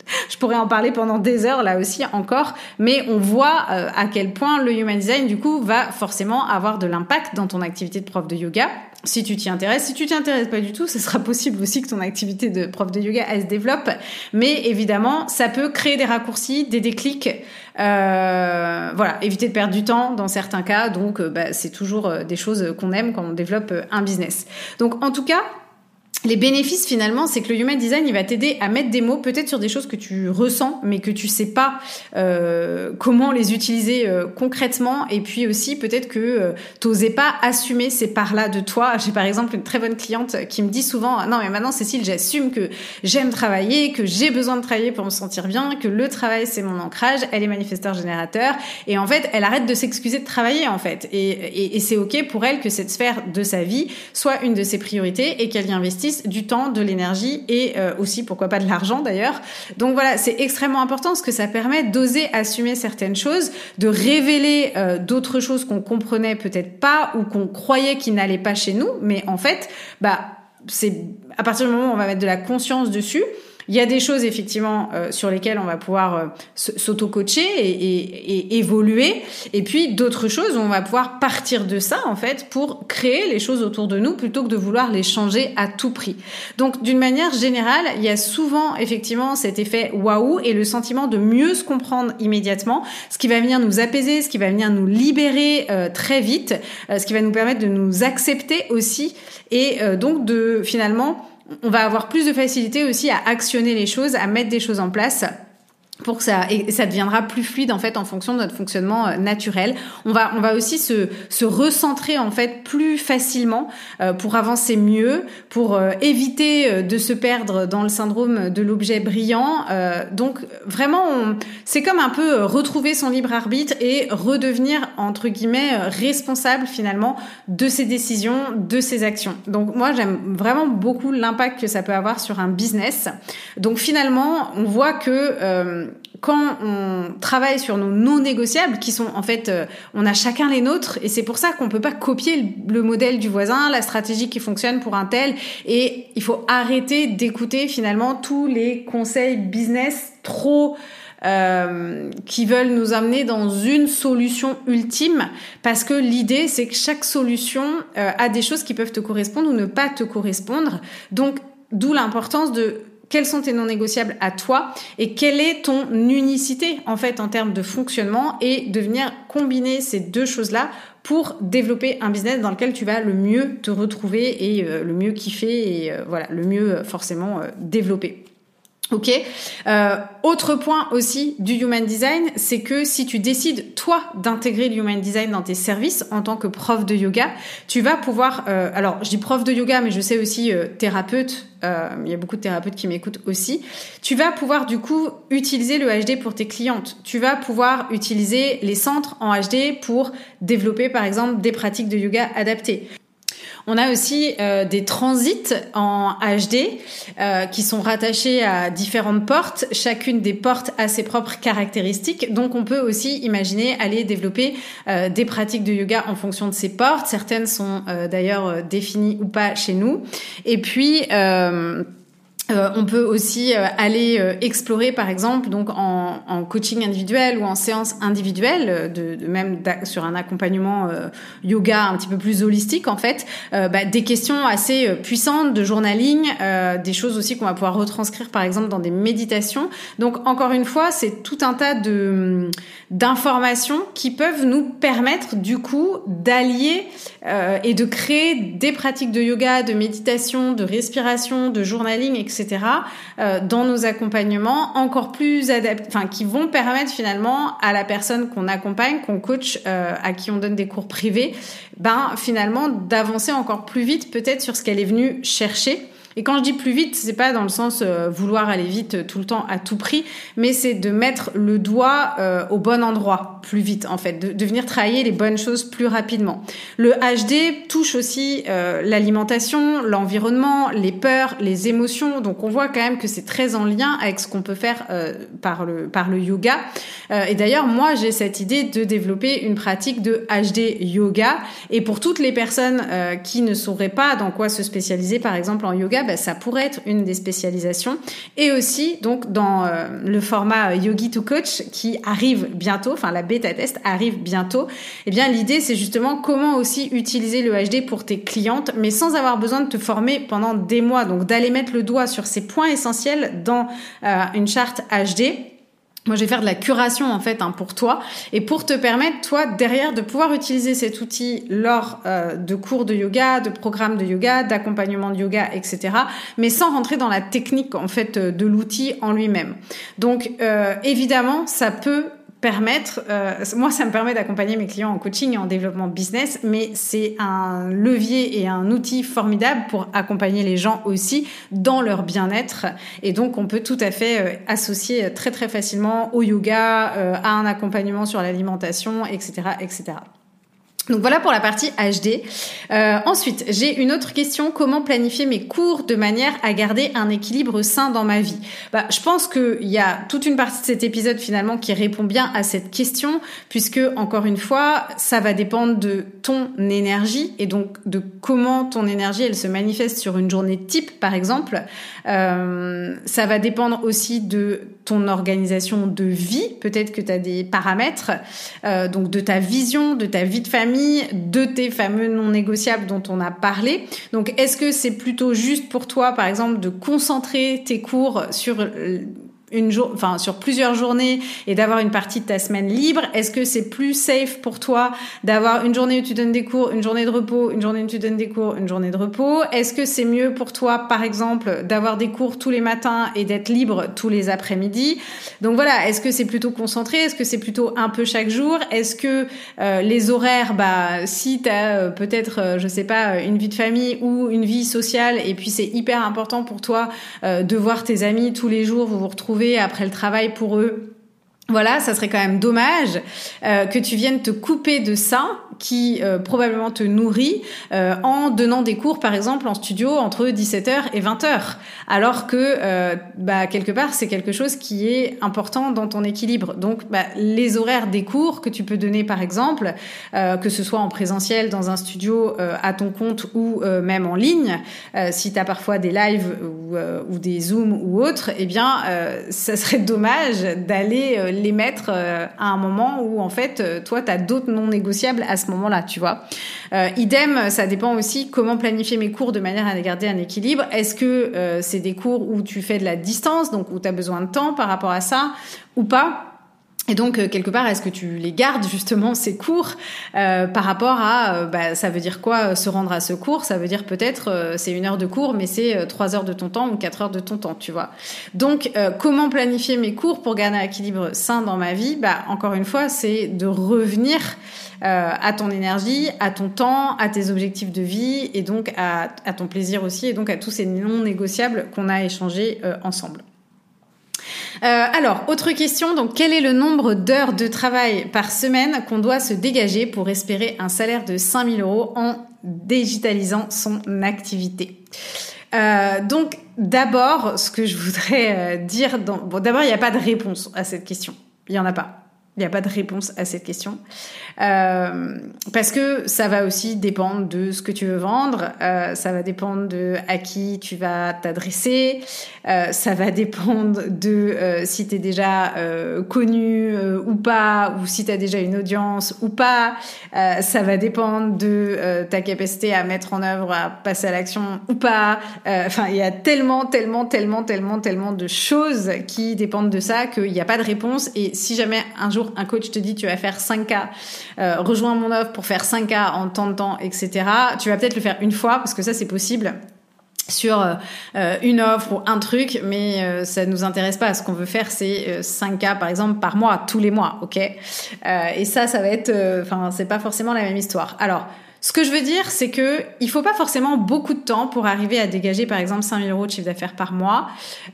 Je pourrais en parler pendant des heures là aussi encore, mais on voit euh, à quel point le Human Design du coup va forcément avoir de l'impact dans ton activité de prof de yoga. Si tu t'y intéresses, si tu t'y intéresses pas du tout, ce sera possible aussi que ton activité de prof de yoga elle se développe. Mais évidemment, ça peut créer des raccourcis, des déclics. Euh, voilà, éviter de perdre du temps dans certains cas. Donc, euh, bah, c'est toujours euh, des choses qu'on aime quand on développe euh, un business. Donc, en tout cas, les bénéfices finalement, c'est que le Human Design, il va t'aider à mettre des mots peut-être sur des choses que tu ressens, mais que tu sais pas euh, comment les utiliser euh, concrètement. Et puis aussi peut-être que euh, t'osais pas assumer ces parts-là de toi. J'ai par exemple une très bonne cliente qui me dit souvent « Non mais maintenant Cécile, j'assume que j'aime travailler, que j'ai besoin de travailler pour me sentir bien, que le travail c'est mon ancrage. » Elle est manifesteur générateur et en fait, elle arrête de s'excuser de travailler en fait. Et, et, et c'est ok pour elle que cette sphère de sa vie soit une de ses priorités et qu'elle y investisse du temps, de l'énergie et euh, aussi, pourquoi pas, de l'argent d'ailleurs. Donc voilà, c'est extrêmement important parce que ça permet d'oser assumer certaines choses, de révéler euh, d'autres choses qu'on comprenait peut-être pas ou qu'on croyait qui n'allaient pas chez nous. Mais en fait, bah, c'est à partir du moment où on va mettre de la conscience dessus, il y a des choses effectivement euh, sur lesquelles on va pouvoir euh, s'auto-coacher et, et, et évoluer, et puis d'autres choses où on va pouvoir partir de ça en fait pour créer les choses autour de nous plutôt que de vouloir les changer à tout prix. Donc d'une manière générale, il y a souvent effectivement cet effet waouh et le sentiment de mieux se comprendre immédiatement, ce qui va venir nous apaiser, ce qui va venir nous libérer euh, très vite, euh, ce qui va nous permettre de nous accepter aussi et euh, donc de finalement on va avoir plus de facilité aussi à actionner les choses, à mettre des choses en place pour que ça et ça deviendra plus fluide en fait en fonction de notre fonctionnement euh, naturel. On va on va aussi se se recentrer en fait plus facilement euh, pour avancer mieux, pour euh, éviter euh, de se perdre dans le syndrome de l'objet brillant. Euh, donc vraiment on, c'est comme un peu euh, retrouver son libre arbitre et redevenir entre guillemets euh, responsable finalement de ses décisions, de ses actions. Donc moi j'aime vraiment beaucoup l'impact que ça peut avoir sur un business. Donc finalement, on voit que euh, quand on travaille sur nos non négociables, qui sont en fait, euh, on a chacun les nôtres, et c'est pour ça qu'on peut pas copier le, le modèle du voisin, la stratégie qui fonctionne pour un tel, et il faut arrêter d'écouter finalement tous les conseils business trop euh, qui veulent nous amener dans une solution ultime, parce que l'idée c'est que chaque solution euh, a des choses qui peuvent te correspondre ou ne pas te correspondre. Donc d'où l'importance de quels sont tes non négociables à toi et quelle est ton unicité en fait en termes de fonctionnement, et de venir combiner ces deux choses-là pour développer un business dans lequel tu vas le mieux te retrouver et euh, le mieux kiffer et euh, voilà, le mieux euh, forcément euh, développer. Ok. Euh, autre point aussi du Human Design, c'est que si tu décides toi d'intégrer le Human Design dans tes services en tant que prof de yoga, tu vas pouvoir. Euh, alors, je dis prof de yoga, mais je sais aussi euh, thérapeute. Euh, il y a beaucoup de thérapeutes qui m'écoutent aussi. Tu vas pouvoir du coup utiliser le H D pour tes clientes. Tu vas pouvoir utiliser les centres en H D pour développer par exemple des pratiques de yoga adaptées. On a aussi euh, des transits en H D euh, qui sont rattachés à différentes portes. Chacune des portes a ses propres caractéristiques. Donc, on peut aussi imaginer aller développer euh, des pratiques de yoga en fonction de ces portes. Certaines sont euh, d'ailleurs euh, définies ou pas chez nous. Et puis... Euh, Euh, on peut aussi euh, aller euh, explorer, par exemple, donc en, en coaching individuel ou en séance individuelle, de, de même sur un accompagnement euh, yoga un petit peu plus holistique, en fait, euh, bah, des questions assez euh, puissantes de journaling, euh, des choses aussi qu'on va pouvoir retranscrire, par exemple, dans des méditations. Donc, encore une fois, c'est tout un tas de d'informations qui peuvent nous permettre, du coup, d'allier euh, et de créer des pratiques de yoga, de méditation, de respiration, de journaling, et cetera et cetera euh, dans nos accompagnements encore plus adaptés, enfin qui vont permettre finalement à la personne qu'on accompagne, qu'on coach, euh, à qui on donne des cours privés, ben finalement d'avancer encore plus vite peut-être sur ce qu'elle est venue chercher. Et quand je dis plus vite, c'est pas dans le sens euh, vouloir aller vite tout le temps à tout prix, mais c'est de mettre le doigt euh, au bon endroit plus vite en fait, de, de venir travailler les bonnes choses plus rapidement. Le H D touche aussi euh, l'alimentation, l'environnement, les peurs, les émotions. Donc on voit quand même que c'est très en lien avec ce qu'on peut faire euh, par le par le yoga. Euh, et d'ailleurs, moi j'ai cette idée de développer une pratique de H D yoga. Et pour toutes les personnes euh, qui ne sauraient pas dans quoi se spécialiser, par exemple en yoga, bah, ça pourrait être une des spécialisations. Et aussi, donc, dans euh, le format Yogi to Coach qui arrive bientôt, enfin, la bêta test arrive bientôt, eh bien, l'idée, c'est justement comment aussi utiliser le H D pour tes clientes, mais sans avoir besoin de te former pendant des mois. Donc, d'aller mettre le doigt sur ces points essentiels dans euh, une charte H D. Moi, je vais faire de la curation, en fait, hein, pour toi et pour te permettre, toi, derrière, de pouvoir utiliser cet outil lors euh, de cours de yoga, de programmes de yoga, d'accompagnement de yoga, et cetera, mais sans rentrer dans la technique, en fait, de l'outil en lui-même. Donc, euh, évidemment, ça peut permettre, euh, moi ça me permet d'accompagner mes clients en coaching et en développement business, mais c'est un levier et un outil formidable pour accompagner les gens aussi dans leur bien-être, et donc on peut tout à fait euh, associer très très facilement au yoga, euh, à un accompagnement sur l'alimentation, et cetera, et cetera. Donc voilà pour la partie H D. Euh, ensuite, j'ai une autre question. Comment planifier mes cours de manière à garder un équilibre sain dans ma vie? Bah, je pense qu'il y a toute une partie de cet épisode finalement qui répond bien à cette question, puisque encore une fois, ça va dépendre de ton énergie et donc de comment ton énergie elle se manifeste sur une journée type, par exemple. Euh, ça va dépendre aussi de ton organisation de vie. Peut-être que tu as des paramètres, euh, donc de ta vision, de ta vie de famille, de tes fameux non négociables dont on a parlé. Donc, est-ce que c'est plutôt juste pour toi, par exemple, de concentrer tes cours sur une jour, enfin sur plusieurs journées et d'avoir une partie de ta semaine libre? Est-ce que c'est plus safe pour toi d'avoir une journée où tu donnes des cours, une journée de repos, une journée où tu donnes des cours, une journée de repos? Est-ce que c'est mieux pour toi, par exemple, d'avoir des cours tous les matins et d'être libre tous les après-midi? Donc voilà, est-ce que c'est plutôt concentré? Est-ce que c'est plutôt un peu chaque jour? Est-ce que euh, les horaires, bah si t'as euh, peut-être, euh, je sais pas, une vie de famille ou une vie sociale et puis c'est hyper important pour toi euh, de voir tes amis tous les jours, vous vous retrouvez après le travail pour eux. Voilà, ça serait quand même dommage euh, que tu viennes te couper de ça qui euh, probablement te nourrit euh, en donnant des cours par exemple en studio entre dix-sept heures et vingt heures, alors que euh, bah quelque part c'est quelque chose qui est important dans ton équilibre. Donc bah, les horaires des cours que tu peux donner par exemple, euh, que ce soit en présentiel dans un studio euh, à ton compte ou euh, même en ligne, euh, si tu as parfois des lives ou, euh, ou des zooms ou autres, eh bien euh, ça serait dommage d'aller euh, les mettre euh, à un moment où en fait euh, toi tu as d'autres non négociables à ce moment-là, tu vois. Euh, idem, ça dépend aussi comment planifier mes cours de manière à garder un équilibre. Est-ce que euh, c'est des cours où tu fais de la distance, donc où tu as besoin de temps par rapport à ça ou pas? Et donc, euh, quelque part, est-ce que tu les gardes, justement, ces cours euh, par rapport à, euh, bah, ça veut dire quoi, euh, se rendre à ce cours? Ça veut dire peut-être, euh, c'est une heure de cours, mais c'est euh, trois heures de ton temps ou quatre heures de ton temps, tu vois. Donc, euh, comment planifier mes cours pour garder un équilibre sain dans ma vie? Bah, encore une fois, c'est de revenir euh, à ton énergie, à ton temps, à tes objectifs de vie et donc à, à ton plaisir aussi et donc à tous ces non négociables qu'on a échangés euh, ensemble. Euh, alors, autre question, donc quel est le nombre d'heures de travail par semaine qu'on doit se dégager pour espérer un salaire de cinq mille euros en digitalisant son activité? Euh, donc, d'abord, ce que je voudrais euh, dire, dans... bon, d'abord, il n'y a pas de réponse à cette question. Il n'y en a pas. Il n'y a pas de réponse à cette question. Euh, parce que ça va aussi dépendre de ce que tu veux vendre, euh, ça va dépendre de à qui tu vas t'adresser, euh, ça va dépendre de euh, si tu es déjà euh, connu euh, ou pas, ou si tu as déjà une audience ou pas, euh, ça va dépendre de euh, ta capacité à mettre en œuvre, à passer à l'action ou pas. Enfin, euh, il y a tellement, tellement, tellement, tellement, tellement de choses qui dépendent de ça qu'il n'y a pas de réponse. Et si jamais un jour un coach te dit tu vas faire cinq K, euh, rejoins mon offre pour faire cinq K en tant de temps, et cetera. Tu vas peut-être le faire une fois parce que ça c'est possible sur euh, une offre ou un truc, mais euh, ça nous intéresse pas. Ce qu'on veut faire, c'est euh, cinq K par exemple par mois, tous les mois, ok. Euh, et ça, ça va être, enfin, euh, c'est pas forcément la même histoire. Alors. Ce que je veux dire, c'est que il faut pas forcément beaucoup de temps pour arriver à dégager, par exemple, cinq mille euros de chiffre d'affaires par mois.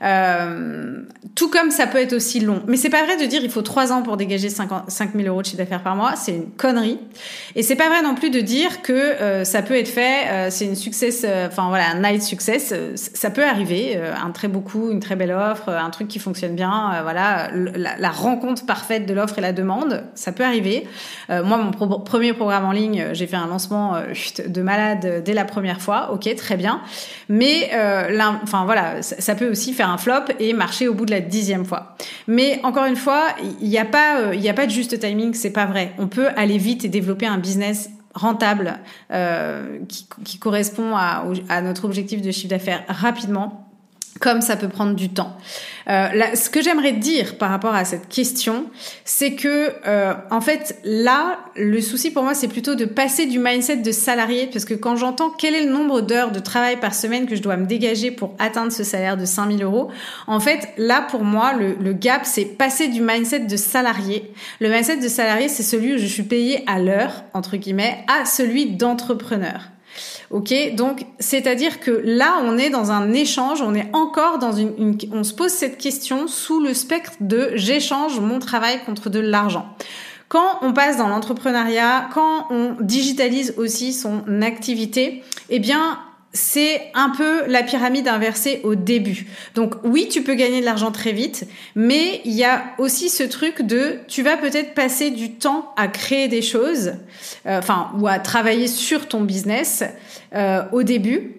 Euh, tout comme ça peut être aussi long. Mais c'est pas vrai de dire il faut trois ans pour dégager cinq mille euros de chiffre d'affaires par mois. C'est une connerie. Et c'est pas vrai non plus de dire que euh, ça peut être fait. Euh, c'est une success, enfin euh, voilà, un night success. Euh, ça peut arriver. Euh, un très beau coup, une très belle offre, un truc qui fonctionne bien. Euh, voilà, la, la rencontre parfaite de l'offre et la demande, ça peut arriver. Euh, moi, mon pro- premier programme en ligne, j'ai fait un lancement lancement euh, de malade dès la première fois, ok, très bien. Mais euh, enfin voilà, ça, ça peut aussi faire un flop et marcher au bout de la dixième fois. Mais encore une fois, il n'y a pas, il n'y a pas de juste timing, c'est pas vrai. On peut aller vite et développer un business rentable euh, qui, qui correspond à, à notre objectif de chiffre d'affaires rapidement, comme ça peut prendre du temps. Euh, là, ce que j'aimerais dire par rapport à cette question, c'est que euh, en fait là, le souci pour moi, c'est plutôt de passer du mindset de salarié, parce que quand j'entends quel est le nombre d'heures de travail par semaine que je dois me dégager pour atteindre ce salaire de cinq mille euros, en fait là pour moi le, le gap, c'est passer du mindset de salarié. Le mindset de salarié, c'est celui où je suis payé à l'heure entre guillemets, à celui d'entrepreneur. Ok, donc c'est-à-dire que là, on est dans un échange, on est encore dans une, une, on se pose cette question sous le spectre de j'échange mon travail contre de l'argent. Quand on passe dans l'entrepreneuriat, quand on digitalise aussi son activité, eh bien c'est un peu la pyramide inversée au début. Donc oui, tu peux gagner de l'argent très vite, mais il y a aussi ce truc de tu vas peut-être passer du temps à créer des choses, euh, enfin ou à travailler sur ton business euh, au début,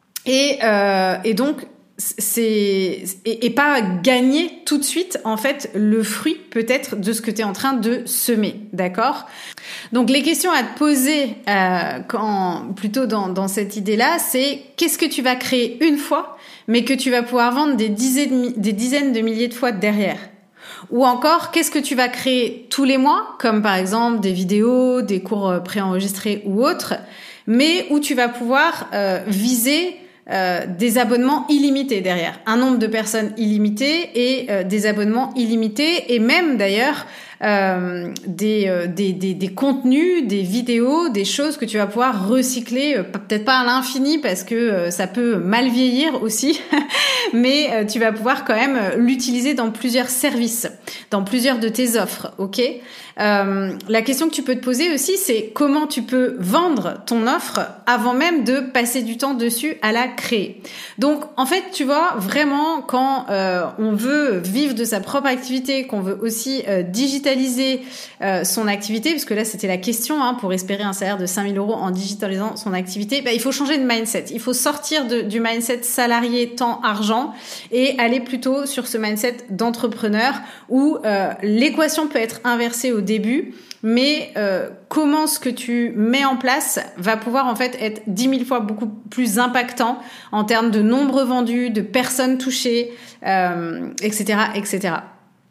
et euh, et donc c'est et, et pas gagner tout de suite en fait le fruit peut-être de ce que tu es en train de semer, d'accord? Donc les questions à te poser euh, quand plutôt dans dans cette idée-là, c'est qu'est-ce que tu vas créer une fois mais que tu vas pouvoir vendre des dizaines des dizaines de milliers de fois derrière. Ou encore, qu'est-ce que tu vas créer tous les mois, comme par exemple des vidéos, des cours préenregistrés ou autres, mais où tu vas pouvoir euh, viser Euh, des abonnements illimités derrière, un nombre de personnes illimité et euh, des abonnements illimités, et même d'ailleurs euh, des, euh, des, des, des contenus, des vidéos, des choses que tu vas pouvoir recycler, euh, peut-être pas à l'infini parce que euh, ça peut mal vieillir aussi, mais euh, tu vas pouvoir quand même l'utiliser dans plusieurs services, dans plusieurs de tes offres, ok? Euh, la question que tu peux te poser aussi, c'est comment tu peux vendre ton offre avant même de passer du temps dessus à la créer. Donc, en fait, tu vois, vraiment, quand euh, on veut vivre de sa propre activité, qu'on veut aussi euh, digitaliser euh, son activité, parce que là, c'était la question, hein, pour espérer un salaire de cinq mille euros en digitalisant son activité, bah, il faut changer de mindset. Il faut sortir de, du mindset salarié temps-argent et aller plutôt sur ce mindset d'entrepreneur où euh, l'équation peut être inversée au début, mais euh, comment ce que tu mets en place va pouvoir en fait être dix mille fois beaucoup plus impactant en termes de nombre vendu, de personnes touchées, euh, et cetera, et cetera.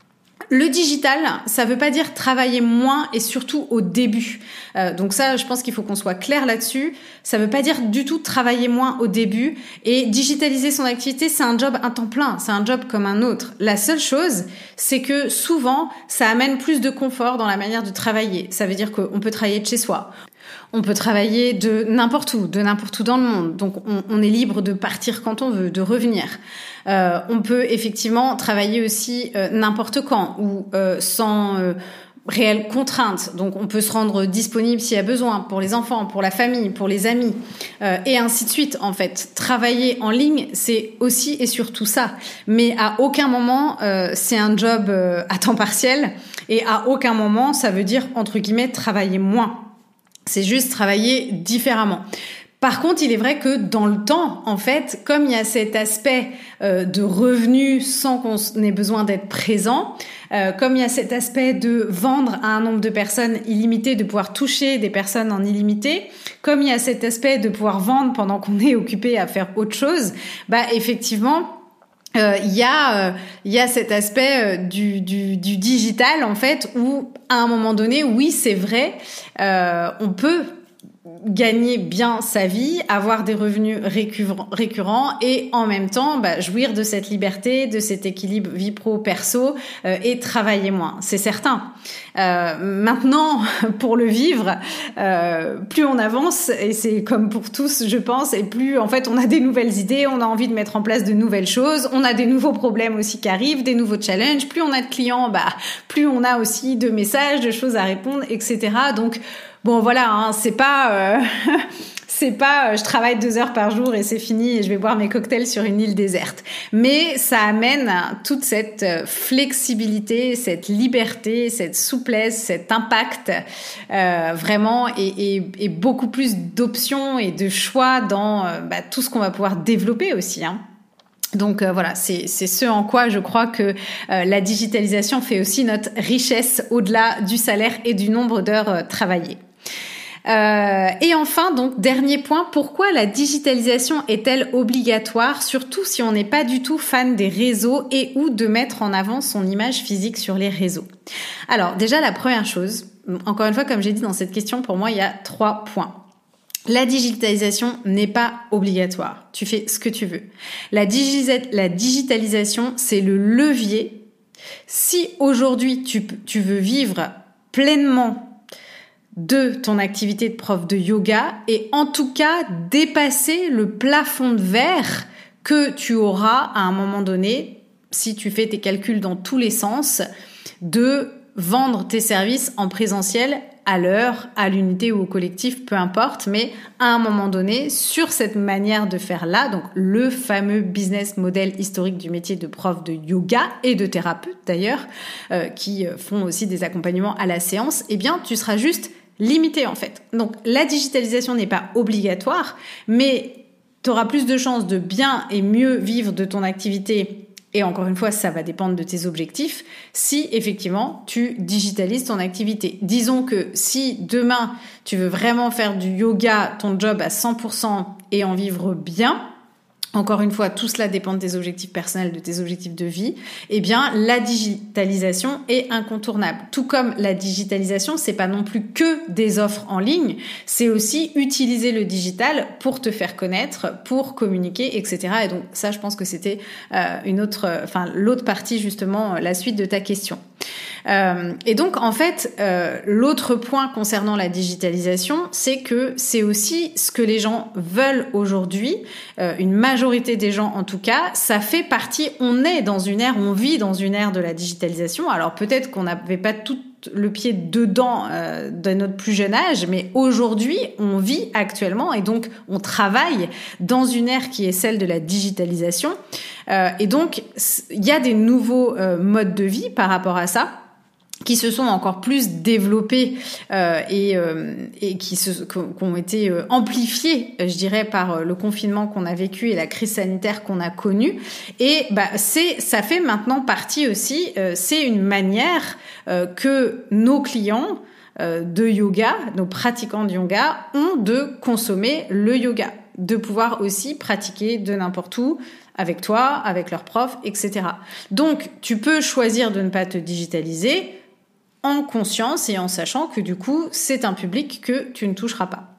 Le digital, ça veut pas dire travailler moins et surtout au début. Euh, donc ça, je pense qu'il faut qu'on soit clair là-dessus. Ça veut pas dire du tout travailler moins au début. Et digitaliser son activité, c'est un job à temps plein. C'est un job comme un autre. La seule chose, c'est que souvent, ça amène plus de confort dans la manière de travailler. Ça veut dire qu'on peut travailler de chez soi. On peut travailler de n'importe où, de n'importe où dans le monde. Donc, on, on est libre de partir quand on veut, de revenir. Euh, on peut effectivement travailler aussi euh, n'importe quand ou euh, sans euh, réelle contrainte. Donc, on peut se rendre disponible s'il y a besoin pour les enfants, pour la famille, pour les amis, euh, et ainsi de suite. En fait, travailler en ligne, c'est aussi et surtout ça. Mais à aucun moment, euh, c'est un job euh, à temps partiel, et à aucun moment, ça veut dire entre guillemets travailler moins. C'est juste travailler différemment. Par contre, il est vrai que dans le temps, en fait, comme il y a cet aspect euh, de revenu sans qu'on ait besoin d'être présent, euh, comme il y a cet aspect de vendre à un nombre de personnes illimité, de pouvoir toucher des personnes en illimité, comme il y a cet aspect de pouvoir vendre pendant qu'on est occupé à faire autre chose, bah effectivement, il euh, y a il euh, y a cet aspect euh, du, du du digital en fait où à un moment donné, oui c'est vrai, euh, on peut gagner bien sa vie, avoir des revenus récurrents et en même temps bah, jouir de cette liberté, de cet équilibre vie pro-perso euh, et travailler moins, c'est certain. Euh, maintenant, pour le vivre, euh, plus on avance, et c'est comme pour tous, je pense, et plus en fait on a des nouvelles idées, on a envie de mettre en place de nouvelles choses, on a des nouveaux problèmes aussi qui arrivent, des nouveaux challenges, plus on a de clients, bah plus on a aussi de messages, de choses à répondre, et cetera. Donc bon voilà, hein, c'est pas euh, c'est pas, je travaille deux heures par jour et c'est fini et je vais boire mes cocktails sur une île déserte. Mais ça amène toute cette flexibilité, cette liberté, cette souplesse, cet impact, euh, vraiment, et, et, et beaucoup plus d'options et de choix dans euh, bah, tout ce qu'on va pouvoir développer aussi, hein. Donc euh, voilà, c'est c'est ce en quoi je crois que euh, la digitalisation fait aussi notre richesse au-delà du salaire et du nombre d'heures euh, travaillées. Euh, et enfin, donc dernier point, pourquoi la digitalisation est-elle obligatoire, surtout si on n'est pas du tout fan des réseaux et ou de mettre en avant son image physique sur les réseaux? Alors déjà, la première chose, encore une fois, comme j'ai dit dans cette question, pour moi, il y a trois points. La digitalisation n'est pas obligatoire. Tu fais ce que tu veux. La, digi- la digitalisation, c'est le levier. Si aujourd'hui, tu, tu veux vivre pleinement de ton activité de prof de yoga et en tout cas dépasser le plafond de verre que tu auras à un moment donné, si tu fais tes calculs dans tous les sens, de vendre tes services en présentiel à l'heure, à l'unité ou au collectif, peu importe, mais à un moment donné, sur cette manière de faire là, donc le fameux business model historique du métier de prof de yoga et de thérapeute d'ailleurs, euh, qui font aussi des accompagnements à la séance, eh bien, tu seras juste limité en fait. Donc, la digitalisation n'est pas obligatoire, mais tu auras plus de chances de bien et mieux vivre de ton activité. Et encore une fois, ça va dépendre de tes objectifs, si effectivement tu digitalises ton activité. Disons que si demain tu veux vraiment faire du yoga, ton job à cent pour cent et en vivre bien, encore une fois, tout cela dépend de tes objectifs personnels, de tes objectifs de vie, eh bien, la digitalisation est incontournable. Tout comme la digitalisation, c'est pas non plus que des offres en ligne, c'est aussi utiliser le digital pour te faire connaître, pour communiquer, et cetera. Et donc, ça, je pense que c'était euh, une autre, enfin, l'autre partie, justement, la suite de ta question. Euh, et donc, en fait, euh, l'autre point concernant la digitalisation, c'est que c'est aussi ce que les gens veulent aujourd'hui, euh, une majorité des gens en tout cas, ça fait partie, on est dans une ère, on vit dans une ère de la digitalisation. Alors peut-être qu'on n'avait pas tout le pied dedans euh, de notre plus jeune âge, mais aujourd'hui, on vit actuellement et donc on travaille dans une ère qui est celle de la digitalisation. Euh, et donc, il y a des nouveaux euh, modes de vie par rapport à ça, qui se sont encore plus développés euh, et, euh, et qui, se, qui ont été euh, amplifiés, je dirais, par le confinement qu'on a vécu et la crise sanitaire qu'on a connue. Et bah, c'est, ça fait maintenant partie aussi, euh, c'est une manière euh, que nos clients euh, de yoga, nos pratiquants de yoga, ont de consommer le yoga, de pouvoir aussi pratiquer de n'importe où, avec toi, avec leurs profs, et cetera. Donc, tu peux choisir de ne pas te digitaliser, en conscience et en sachant que du coup, c'est un public que tu ne toucheras pas.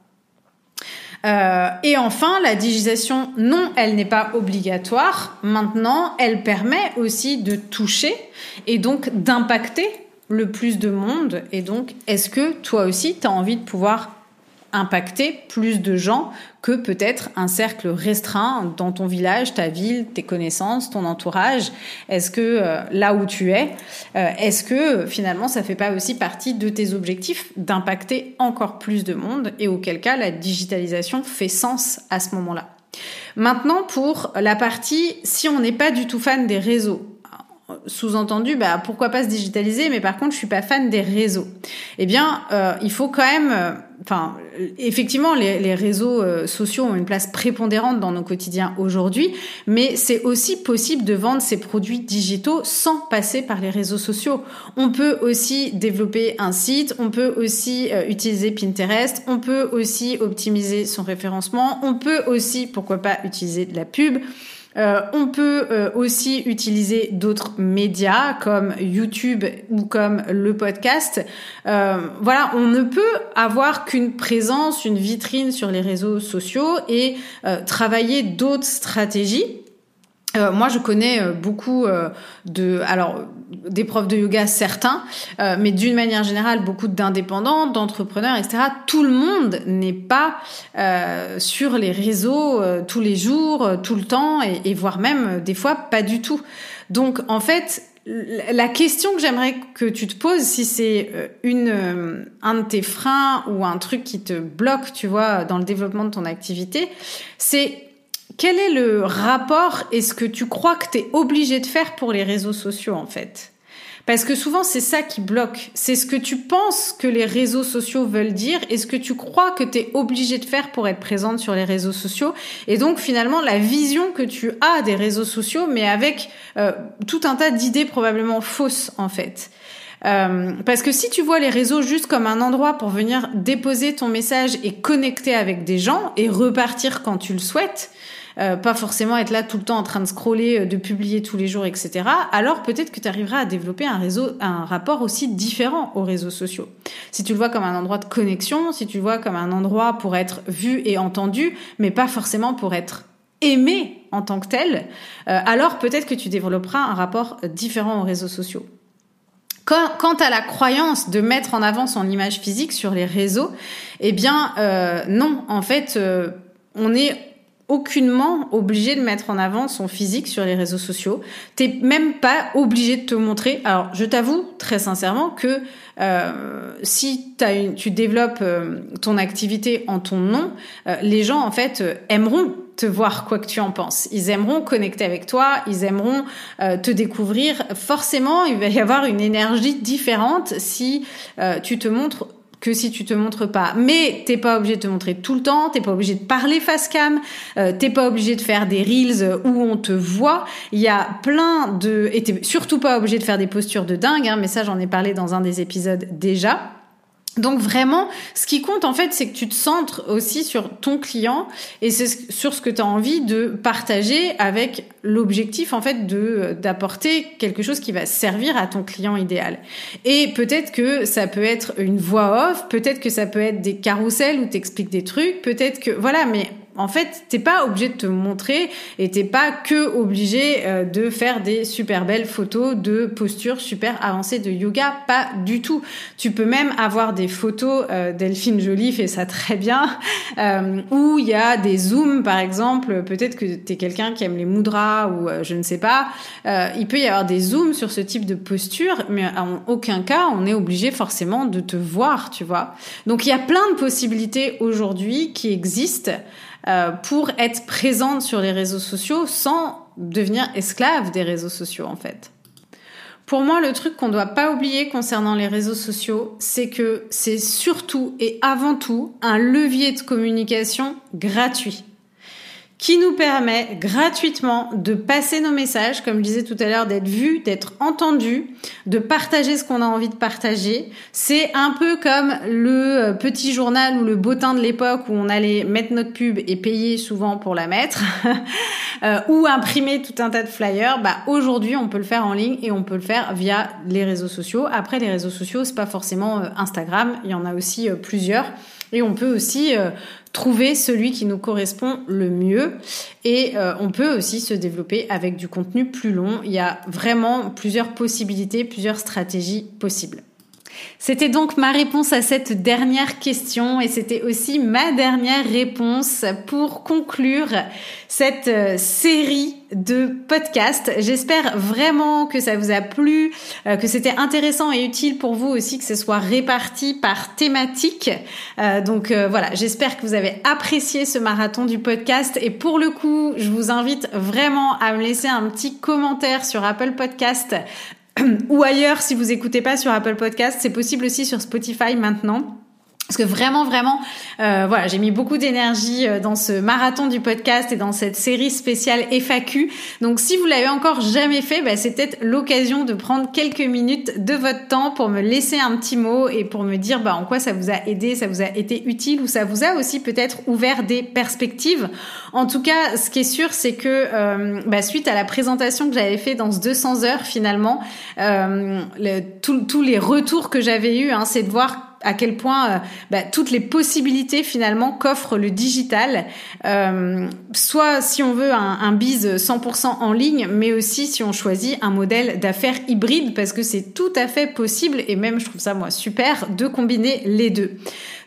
Euh, et enfin, la digitalisation, non, elle n'est pas obligatoire. Maintenant, elle permet aussi de toucher et donc d'impacter le plus de monde. Et donc, est-ce que toi aussi, tu as envie de pouvoir impacter plus de gens que peut-être un cercle restreint dans ton village, ta ville, tes connaissances, ton entourage? Est-ce que euh, là où tu es, euh, est-ce que finalement ça fait pas aussi partie de tes objectifs d'impacter encore plus de monde, et auquel cas la digitalisation fait sens à ce moment-là? Maintenant, pour la partie si on n'est pas du tout fan des réseaux, sous-entendu, bah pourquoi pas se digitaliser, mais par contre je suis pas fan des réseaux. Eh bien, euh, il faut quand même, euh, enfin, effectivement, les, les réseaux euh, sociaux ont une place prépondérante dans nos quotidiens aujourd'hui, mais c'est aussi possible de vendre ses produits digitaux sans passer par les réseaux sociaux. On peut aussi développer un site, on peut aussi euh, utiliser Pinterest, on peut aussi optimiser son référencement, on peut aussi, pourquoi pas, utiliser de la pub. Euh, on peut euh, aussi utiliser d'autres médias comme YouTube ou comme le podcast. Euh, voilà, on ne peut avoir qu'une présence, une vitrine sur les réseaux sociaux et euh, travailler d'autres stratégies. Euh, moi, je connais euh, beaucoup euh, de, alors des profs de yoga certains, euh, mais d'une manière générale beaucoup d'indépendants, d'entrepreneurs, et cetera. Tout le monde n'est pas euh, sur les réseaux euh, tous les jours, euh, tout le temps, et, et voire même euh, des fois pas du tout. Donc, en fait, la question que j'aimerais que tu te poses, si c'est une, un de tes freins ou un truc qui te bloque, tu vois, dans le développement de ton activité, c'est quel est le rapport et ce que tu crois que tu es obligé de faire pour les réseaux sociaux, en fait ? Parce que souvent, c'est ça qui bloque. C'est ce que tu penses que les réseaux sociaux veulent dire et ce que tu crois que tu es obligé de faire pour être présente sur les réseaux sociaux. Et donc, finalement, la vision que tu as des réseaux sociaux, mais avec euh, tout un tas d'idées probablement fausses, en fait. Euh, parce que si tu vois les réseaux juste comme un endroit pour venir déposer ton message et connecter avec des gens et repartir quand tu le souhaites, Euh, pas forcément être là tout le temps en train de scroller, de publier tous les jours, et cetera, alors peut-être que tu arriveras à développer un réseau, un rapport aussi différent aux réseaux sociaux. Si tu le vois comme un endroit de connexion, si tu le vois comme un endroit pour être vu et entendu, mais pas forcément pour être aimé en tant que tel, euh, alors peut-être que tu développeras un rapport différent aux réseaux sociaux. Quant, quant à la croyance de mettre en avant son image physique sur les réseaux, eh bien euh, non, en fait, euh, on est aucunement obligé de mettre en avant son physique sur les réseaux sociaux. T'es même pas obligé de te montrer. Alors, je t'avoue très sincèrement que euh, si t'as une, tu développes euh, ton activité en ton nom, euh, les gens en fait euh, aimeront te voir quoi que tu en penses. Ils aimeront connecter avec toi, ils aimeront euh, te découvrir. Forcément, il va y avoir une énergie différente si euh, tu te montres que si tu te montres pas. Mais t'es pas obligé de te montrer tout le temps, t'es pas obligé de parler face cam, euh, t'es pas obligé de faire des reels où on te voit. Il y a plein de... Et t'es surtout pas obligé de faire des postures de dingue, hein, mais ça j'en ai parlé dans un des épisodes déjà. Donc vraiment, ce qui compte en fait, c'est que tu te centres aussi sur ton client et c'est sur ce que tu as envie de partager avec l'objectif en fait de d'apporter quelque chose qui va servir à ton client idéal. Et peut-être que ça peut être une voix off, peut-être que ça peut être des carousels où t'expliques des trucs, peut-être que voilà, mais en fait, t'es pas obligé de te montrer et t'es pas que obligé euh, de faire des super belles photos de postures super avancées de yoga, pas du tout. Tu peux même avoir des photos, euh, Delphine Joly fait ça très bien, euh, où il y a des zooms par exemple, peut-être que t'es quelqu'un qui aime les mudras ou euh, je ne sais pas, euh, il peut y avoir des zooms sur ce type de posture, mais en aucun cas on est obligé forcément de te voir, tu vois. Donc il y a plein de possibilités aujourd'hui qui existent Euh, pour être présente sur les réseaux sociaux sans devenir esclave des réseaux sociaux en fait. Pour moi, le truc qu'on ne doit pas oublier concernant les réseaux sociaux, c'est que c'est surtout et avant tout un levier de communication gratuit qui nous permet gratuitement de passer nos messages, comme je disais tout à l'heure, d'être vu, d'être entendu, de partager ce qu'on a envie de partager. C'est un peu comme le petit journal ou le bottin de l'époque où on allait mettre notre pub et payer souvent pour la mettre, euh, ou imprimer tout un tas de flyers. Bah, aujourd'hui, on peut le faire en ligne et on peut le faire via les réseaux sociaux. Après, les réseaux sociaux, c'est pas forcément Instagram, il y en a aussi euh, plusieurs. Et on peut aussi euh, trouver celui qui nous correspond le mieux. Et euh, on peut aussi se développer avec du contenu plus long. Il y a vraiment plusieurs possibilités, plusieurs stratégies possibles. C'était donc ma réponse à cette dernière question et c'était aussi ma dernière réponse pour conclure cette euh, série de podcasts. J'espère vraiment que ça vous a plu, euh, que c'était intéressant et utile pour vous aussi, que ce soit réparti par thématique. Euh, donc euh, voilà, j'espère que vous avez apprécié ce marathon du podcast et pour le coup, je vous invite vraiment à me laisser un petit commentaire sur Apple Podcast ou ailleurs si vous écoutez pas sur Apple Podcast, c'est possible aussi sur Spotify maintenant. Parce que vraiment, vraiment, euh, voilà, j'ai mis beaucoup d'énergie dans ce marathon du podcast et dans cette série spéciale F A Q. Donc, si vous l'avez encore jamais fait, bah, c'est peut-être l'occasion de prendre quelques minutes de votre temps pour me laisser un petit mot et pour me dire bah, en quoi ça vous a aidé, ça vous a été utile ou ça vous a aussi peut-être ouvert des perspectives. En tout cas, ce qui est sûr, c'est que euh, bah, suite à la présentation que j'avais fait dans ce deux cents heures, finalement, euh, tous les retours que j'avais eus, hein, c'est de voir à quel point euh, bah, toutes les possibilités finalement qu'offre le digital, euh, soit si on veut un, un biz cent pour cent en ligne, mais aussi si on choisit un modèle d'affaires hybride, parce que c'est tout à fait possible et même je trouve ça moi super de combiner les deux.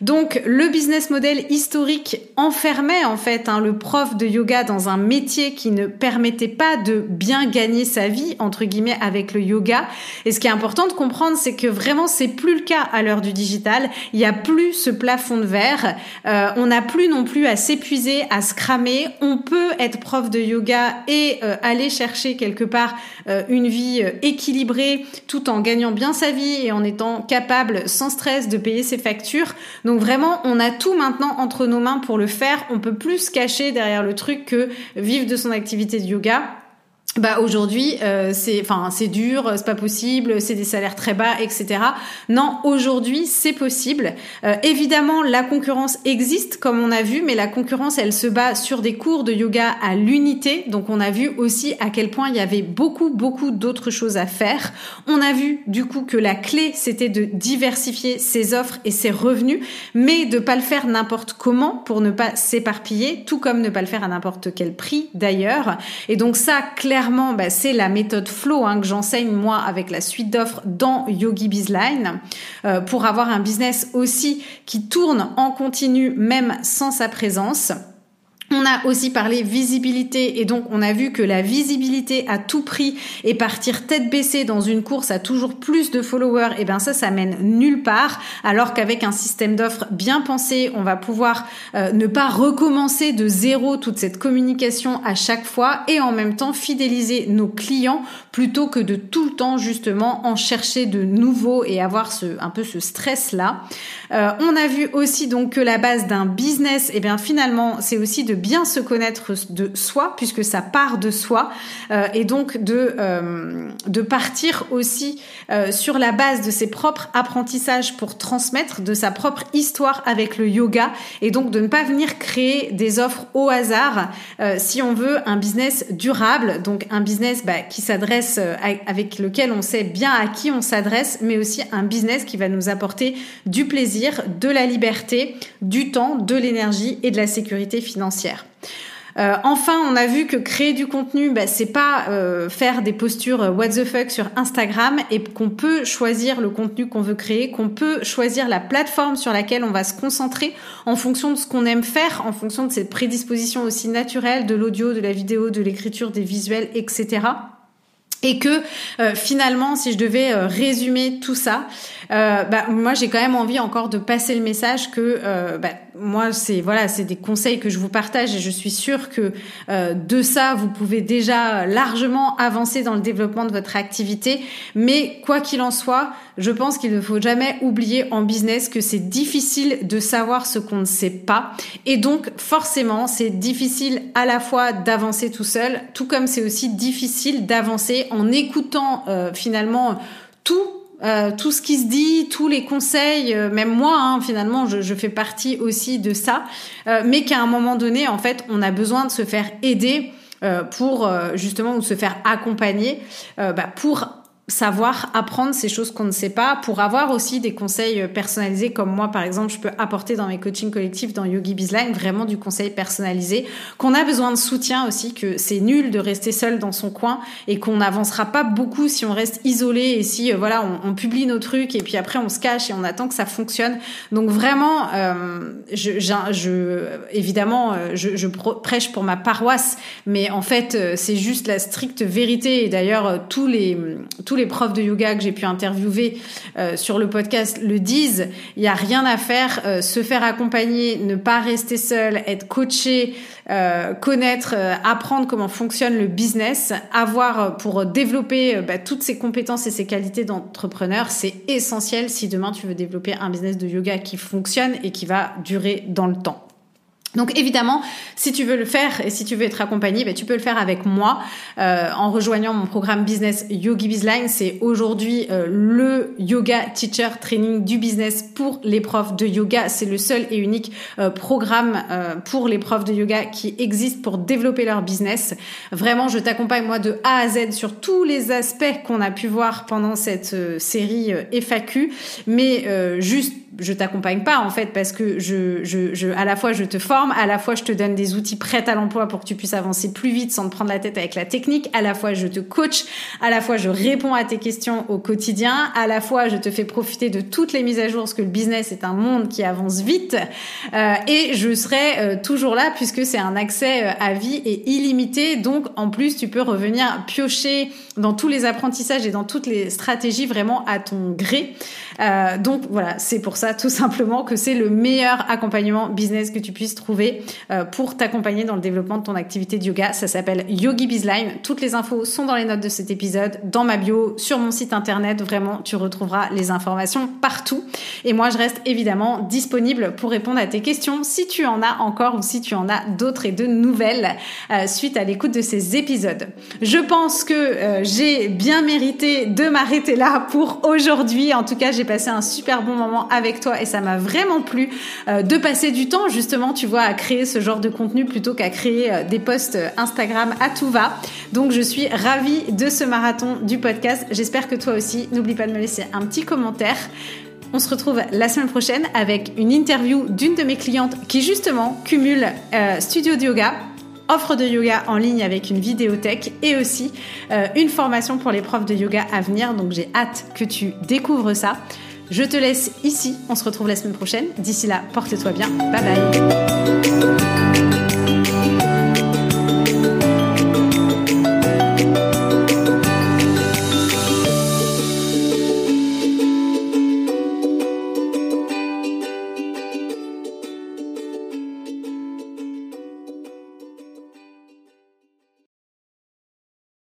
Donc le business model historique enfermait en fait hein, le prof de yoga dans un métier qui ne permettait pas de bien gagner sa vie entre guillemets avec le yoga. Et ce qui est important de comprendre, c'est que vraiment c'est plus le cas à l'heure du digital. Il n'y a plus ce plafond de verre. Euh, on n'a plus non plus à s'épuiser, à se cramer. On peut être prof de yoga et euh, aller chercher quelque part euh, une vie euh, équilibrée tout en gagnant bien sa vie et en étant capable sans stress de payer ses factures. Donc vraiment, on a tout maintenant entre nos mains pour le faire. On peut plus se cacher derrière le truc que vivre de son activité de yoga. Bah aujourd'hui euh, c'est enfin c'est dur, c'est pas possible, c'est des salaires très bas, et cetera. Non, aujourd'hui c'est possible. Euh, évidemment la concurrence existe comme on a vu, mais la concurrence elle se bat sur des cours de yoga à l'unité. Donc on a vu aussi à quel point il y avait beaucoup beaucoup d'autres choses à faire. On a vu du coup que la clé c'était de diversifier ses offres et ses revenus, mais de pas le faire n'importe comment pour ne pas s'éparpiller, tout comme ne pas le faire à n'importe quel prix d'ailleurs. Et donc ça clairement Clairement, bah, c'est la méthode flow hein, que j'enseigne moi avec la suite d'offres dans YogiBizLine euh, pour avoir un business aussi qui tourne en continu même sans sa présence. On a aussi parlé visibilité et donc on a vu que la visibilité à tout prix et partir tête baissée dans une course à toujours plus de followers, et ben ça, ça mène nulle part. Alors qu'avec un système d'offres bien pensé, on va pouvoir euh, ne pas recommencer de zéro toute cette communication à chaque fois et en même temps fidéliser nos clients plutôt que de tout le temps justement en chercher de nouveaux et avoir ce un peu ce stress là. Euh, on a vu aussi donc que la base d'un business, et bien finalement, c'est aussi de bien se connaître de soi puisque ça part de soi euh, et donc de euh, de partir aussi euh, sur la base de ses propres apprentissages pour transmettre de sa propre histoire avec le yoga et donc de ne pas venir créer des offres au hasard euh, si on veut un business durable, donc un business bah, qui s'adresse euh, avec lequel on sait bien à qui on s'adresse, mais aussi un business qui va nous apporter du plaisir, de la liberté, du temps, de l'énergie et de la sécurité financière. Euh, enfin, on a vu que créer du contenu, bah, c'est pas euh, faire des postures euh, what the fuck sur Instagram et qu'on peut choisir le contenu qu'on veut créer, qu'on peut choisir la plateforme sur laquelle on va se concentrer en fonction de ce qu'on aime faire, en fonction de cette prédisposition aussi naturelle de l'audio, de la vidéo, de l'écriture, des visuels, et cetera. Et que euh, finalement, si je devais euh, résumer tout ça, euh, bah moi j'ai quand même envie encore de passer le message que euh, bah, moi c'est voilà c'est des conseils que je vous partage et je suis sûre que euh, de ça vous pouvez déjà largement avancer dans le développement de votre activité. Mais quoi qu'il en soit, je pense qu'il ne faut jamais oublier en business que c'est difficile de savoir ce qu'on ne sait pas et donc forcément c'est difficile à la fois d'avancer tout seul, tout comme c'est aussi difficile d'avancer en écoutant euh, finalement tout. Euh, tout ce qui se dit, tous les conseils, euh, même moi, hein, finalement, je, je fais partie aussi de ça, euh, mais qu'à un moment donné, en fait, on a besoin de se faire aider euh, pour euh, justement ou se faire accompagner euh, bah, pour savoir apprendre ces choses qu'on ne sait pas, pour avoir aussi des conseils personnalisés comme moi par exemple je peux apporter dans mes coachings collectifs dans YogiBizLine, vraiment du conseil personnalisé, qu'on a besoin de soutien aussi, que c'est nul de rester seul dans son coin et qu'on n'avancera pas beaucoup si on reste isolé et si euh, voilà on, on publie nos trucs et puis après on se cache et on attend que ça fonctionne. Donc vraiment euh, je, je, je évidemment je, je prêche pour ma paroisse, mais en fait c'est juste la stricte vérité et d'ailleurs tous les tous les profs de yoga que j'ai pu interviewer euh, sur le podcast le disent, il y a rien à faire, euh, se faire accompagner, ne pas rester seul, être coaché, euh, connaître, euh, apprendre comment fonctionne le business, avoir euh, pour développer euh, bah, toutes ses compétences et ses qualités d'entrepreneur, c'est essentiel si demain tu veux développer un business de yoga qui fonctionne et qui va durer dans le temps. Donc évidemment, si tu veux le faire et si tu veux être accompagné, ben tu peux le faire avec moi euh, en rejoignant mon programme business YogiBizLine. C'est aujourd'hui euh, le yoga teacher training du business pour les profs de yoga. C'est le seul et unique euh, programme euh, pour les profs de yoga qui existe pour développer leur business. Vraiment, je t'accompagne moi de A à Z sur tous les aspects qu'on a pu voir pendant cette euh, série euh, F A Q, mais euh, juste je t'accompagne pas en fait parce que je, je, je, à la fois je te forme, à la fois je te donne des outils prêts à l'emploi pour que tu puisses avancer plus vite sans te prendre la tête avec la technique, à la fois je te coach, à la fois je réponds à tes questions au quotidien, à la fois je te fais profiter de toutes les mises à jour parce que le business est un monde qui avance vite euh, et je serai euh, toujours là puisque c'est un accès euh, à vie et illimité. Donc en plus tu peux revenir piocher dans tous les apprentissages et dans toutes les stratégies vraiment à ton gré. Euh, donc voilà, c'est pour ça tout simplement que c'est le meilleur accompagnement business que tu puisses trouver euh, pour t'accompagner dans le développement de ton activité de yoga. Ça s'appelle Yogi Bizline. Toutes les infos sont dans les notes de cet épisode, dans ma bio, sur mon site internet. Vraiment, tu retrouveras les informations partout. Et moi, je reste évidemment disponible pour répondre à tes questions si tu en as encore ou si tu en as d'autres et de nouvelles euh, suite à l'écoute de ces épisodes. Je pense que euh, j'ai bien mérité de m'arrêter là pour aujourd'hui. En tout cas, j'ai passé un super bon moment avec toi et ça m'a vraiment plu euh, de passer du temps justement, tu vois, à créer ce genre de contenu plutôt qu'à créer euh, des posts Instagram à tout va. Donc, je suis ravie de ce marathon du podcast. J'espère que toi aussi. N'oublie pas de me laisser un petit commentaire. On se retrouve la semaine prochaine avec une interview d'une de mes clientes qui justement cumule euh, studio de yoga, offre de yoga en ligne avec une vidéothèque et aussi euh, une formation pour les profs de yoga à venir. Donc j'ai hâte que tu découvres ça. Je te laisse ici. On se retrouve la semaine prochaine. D'ici là, porte-toi bien. Bye bye.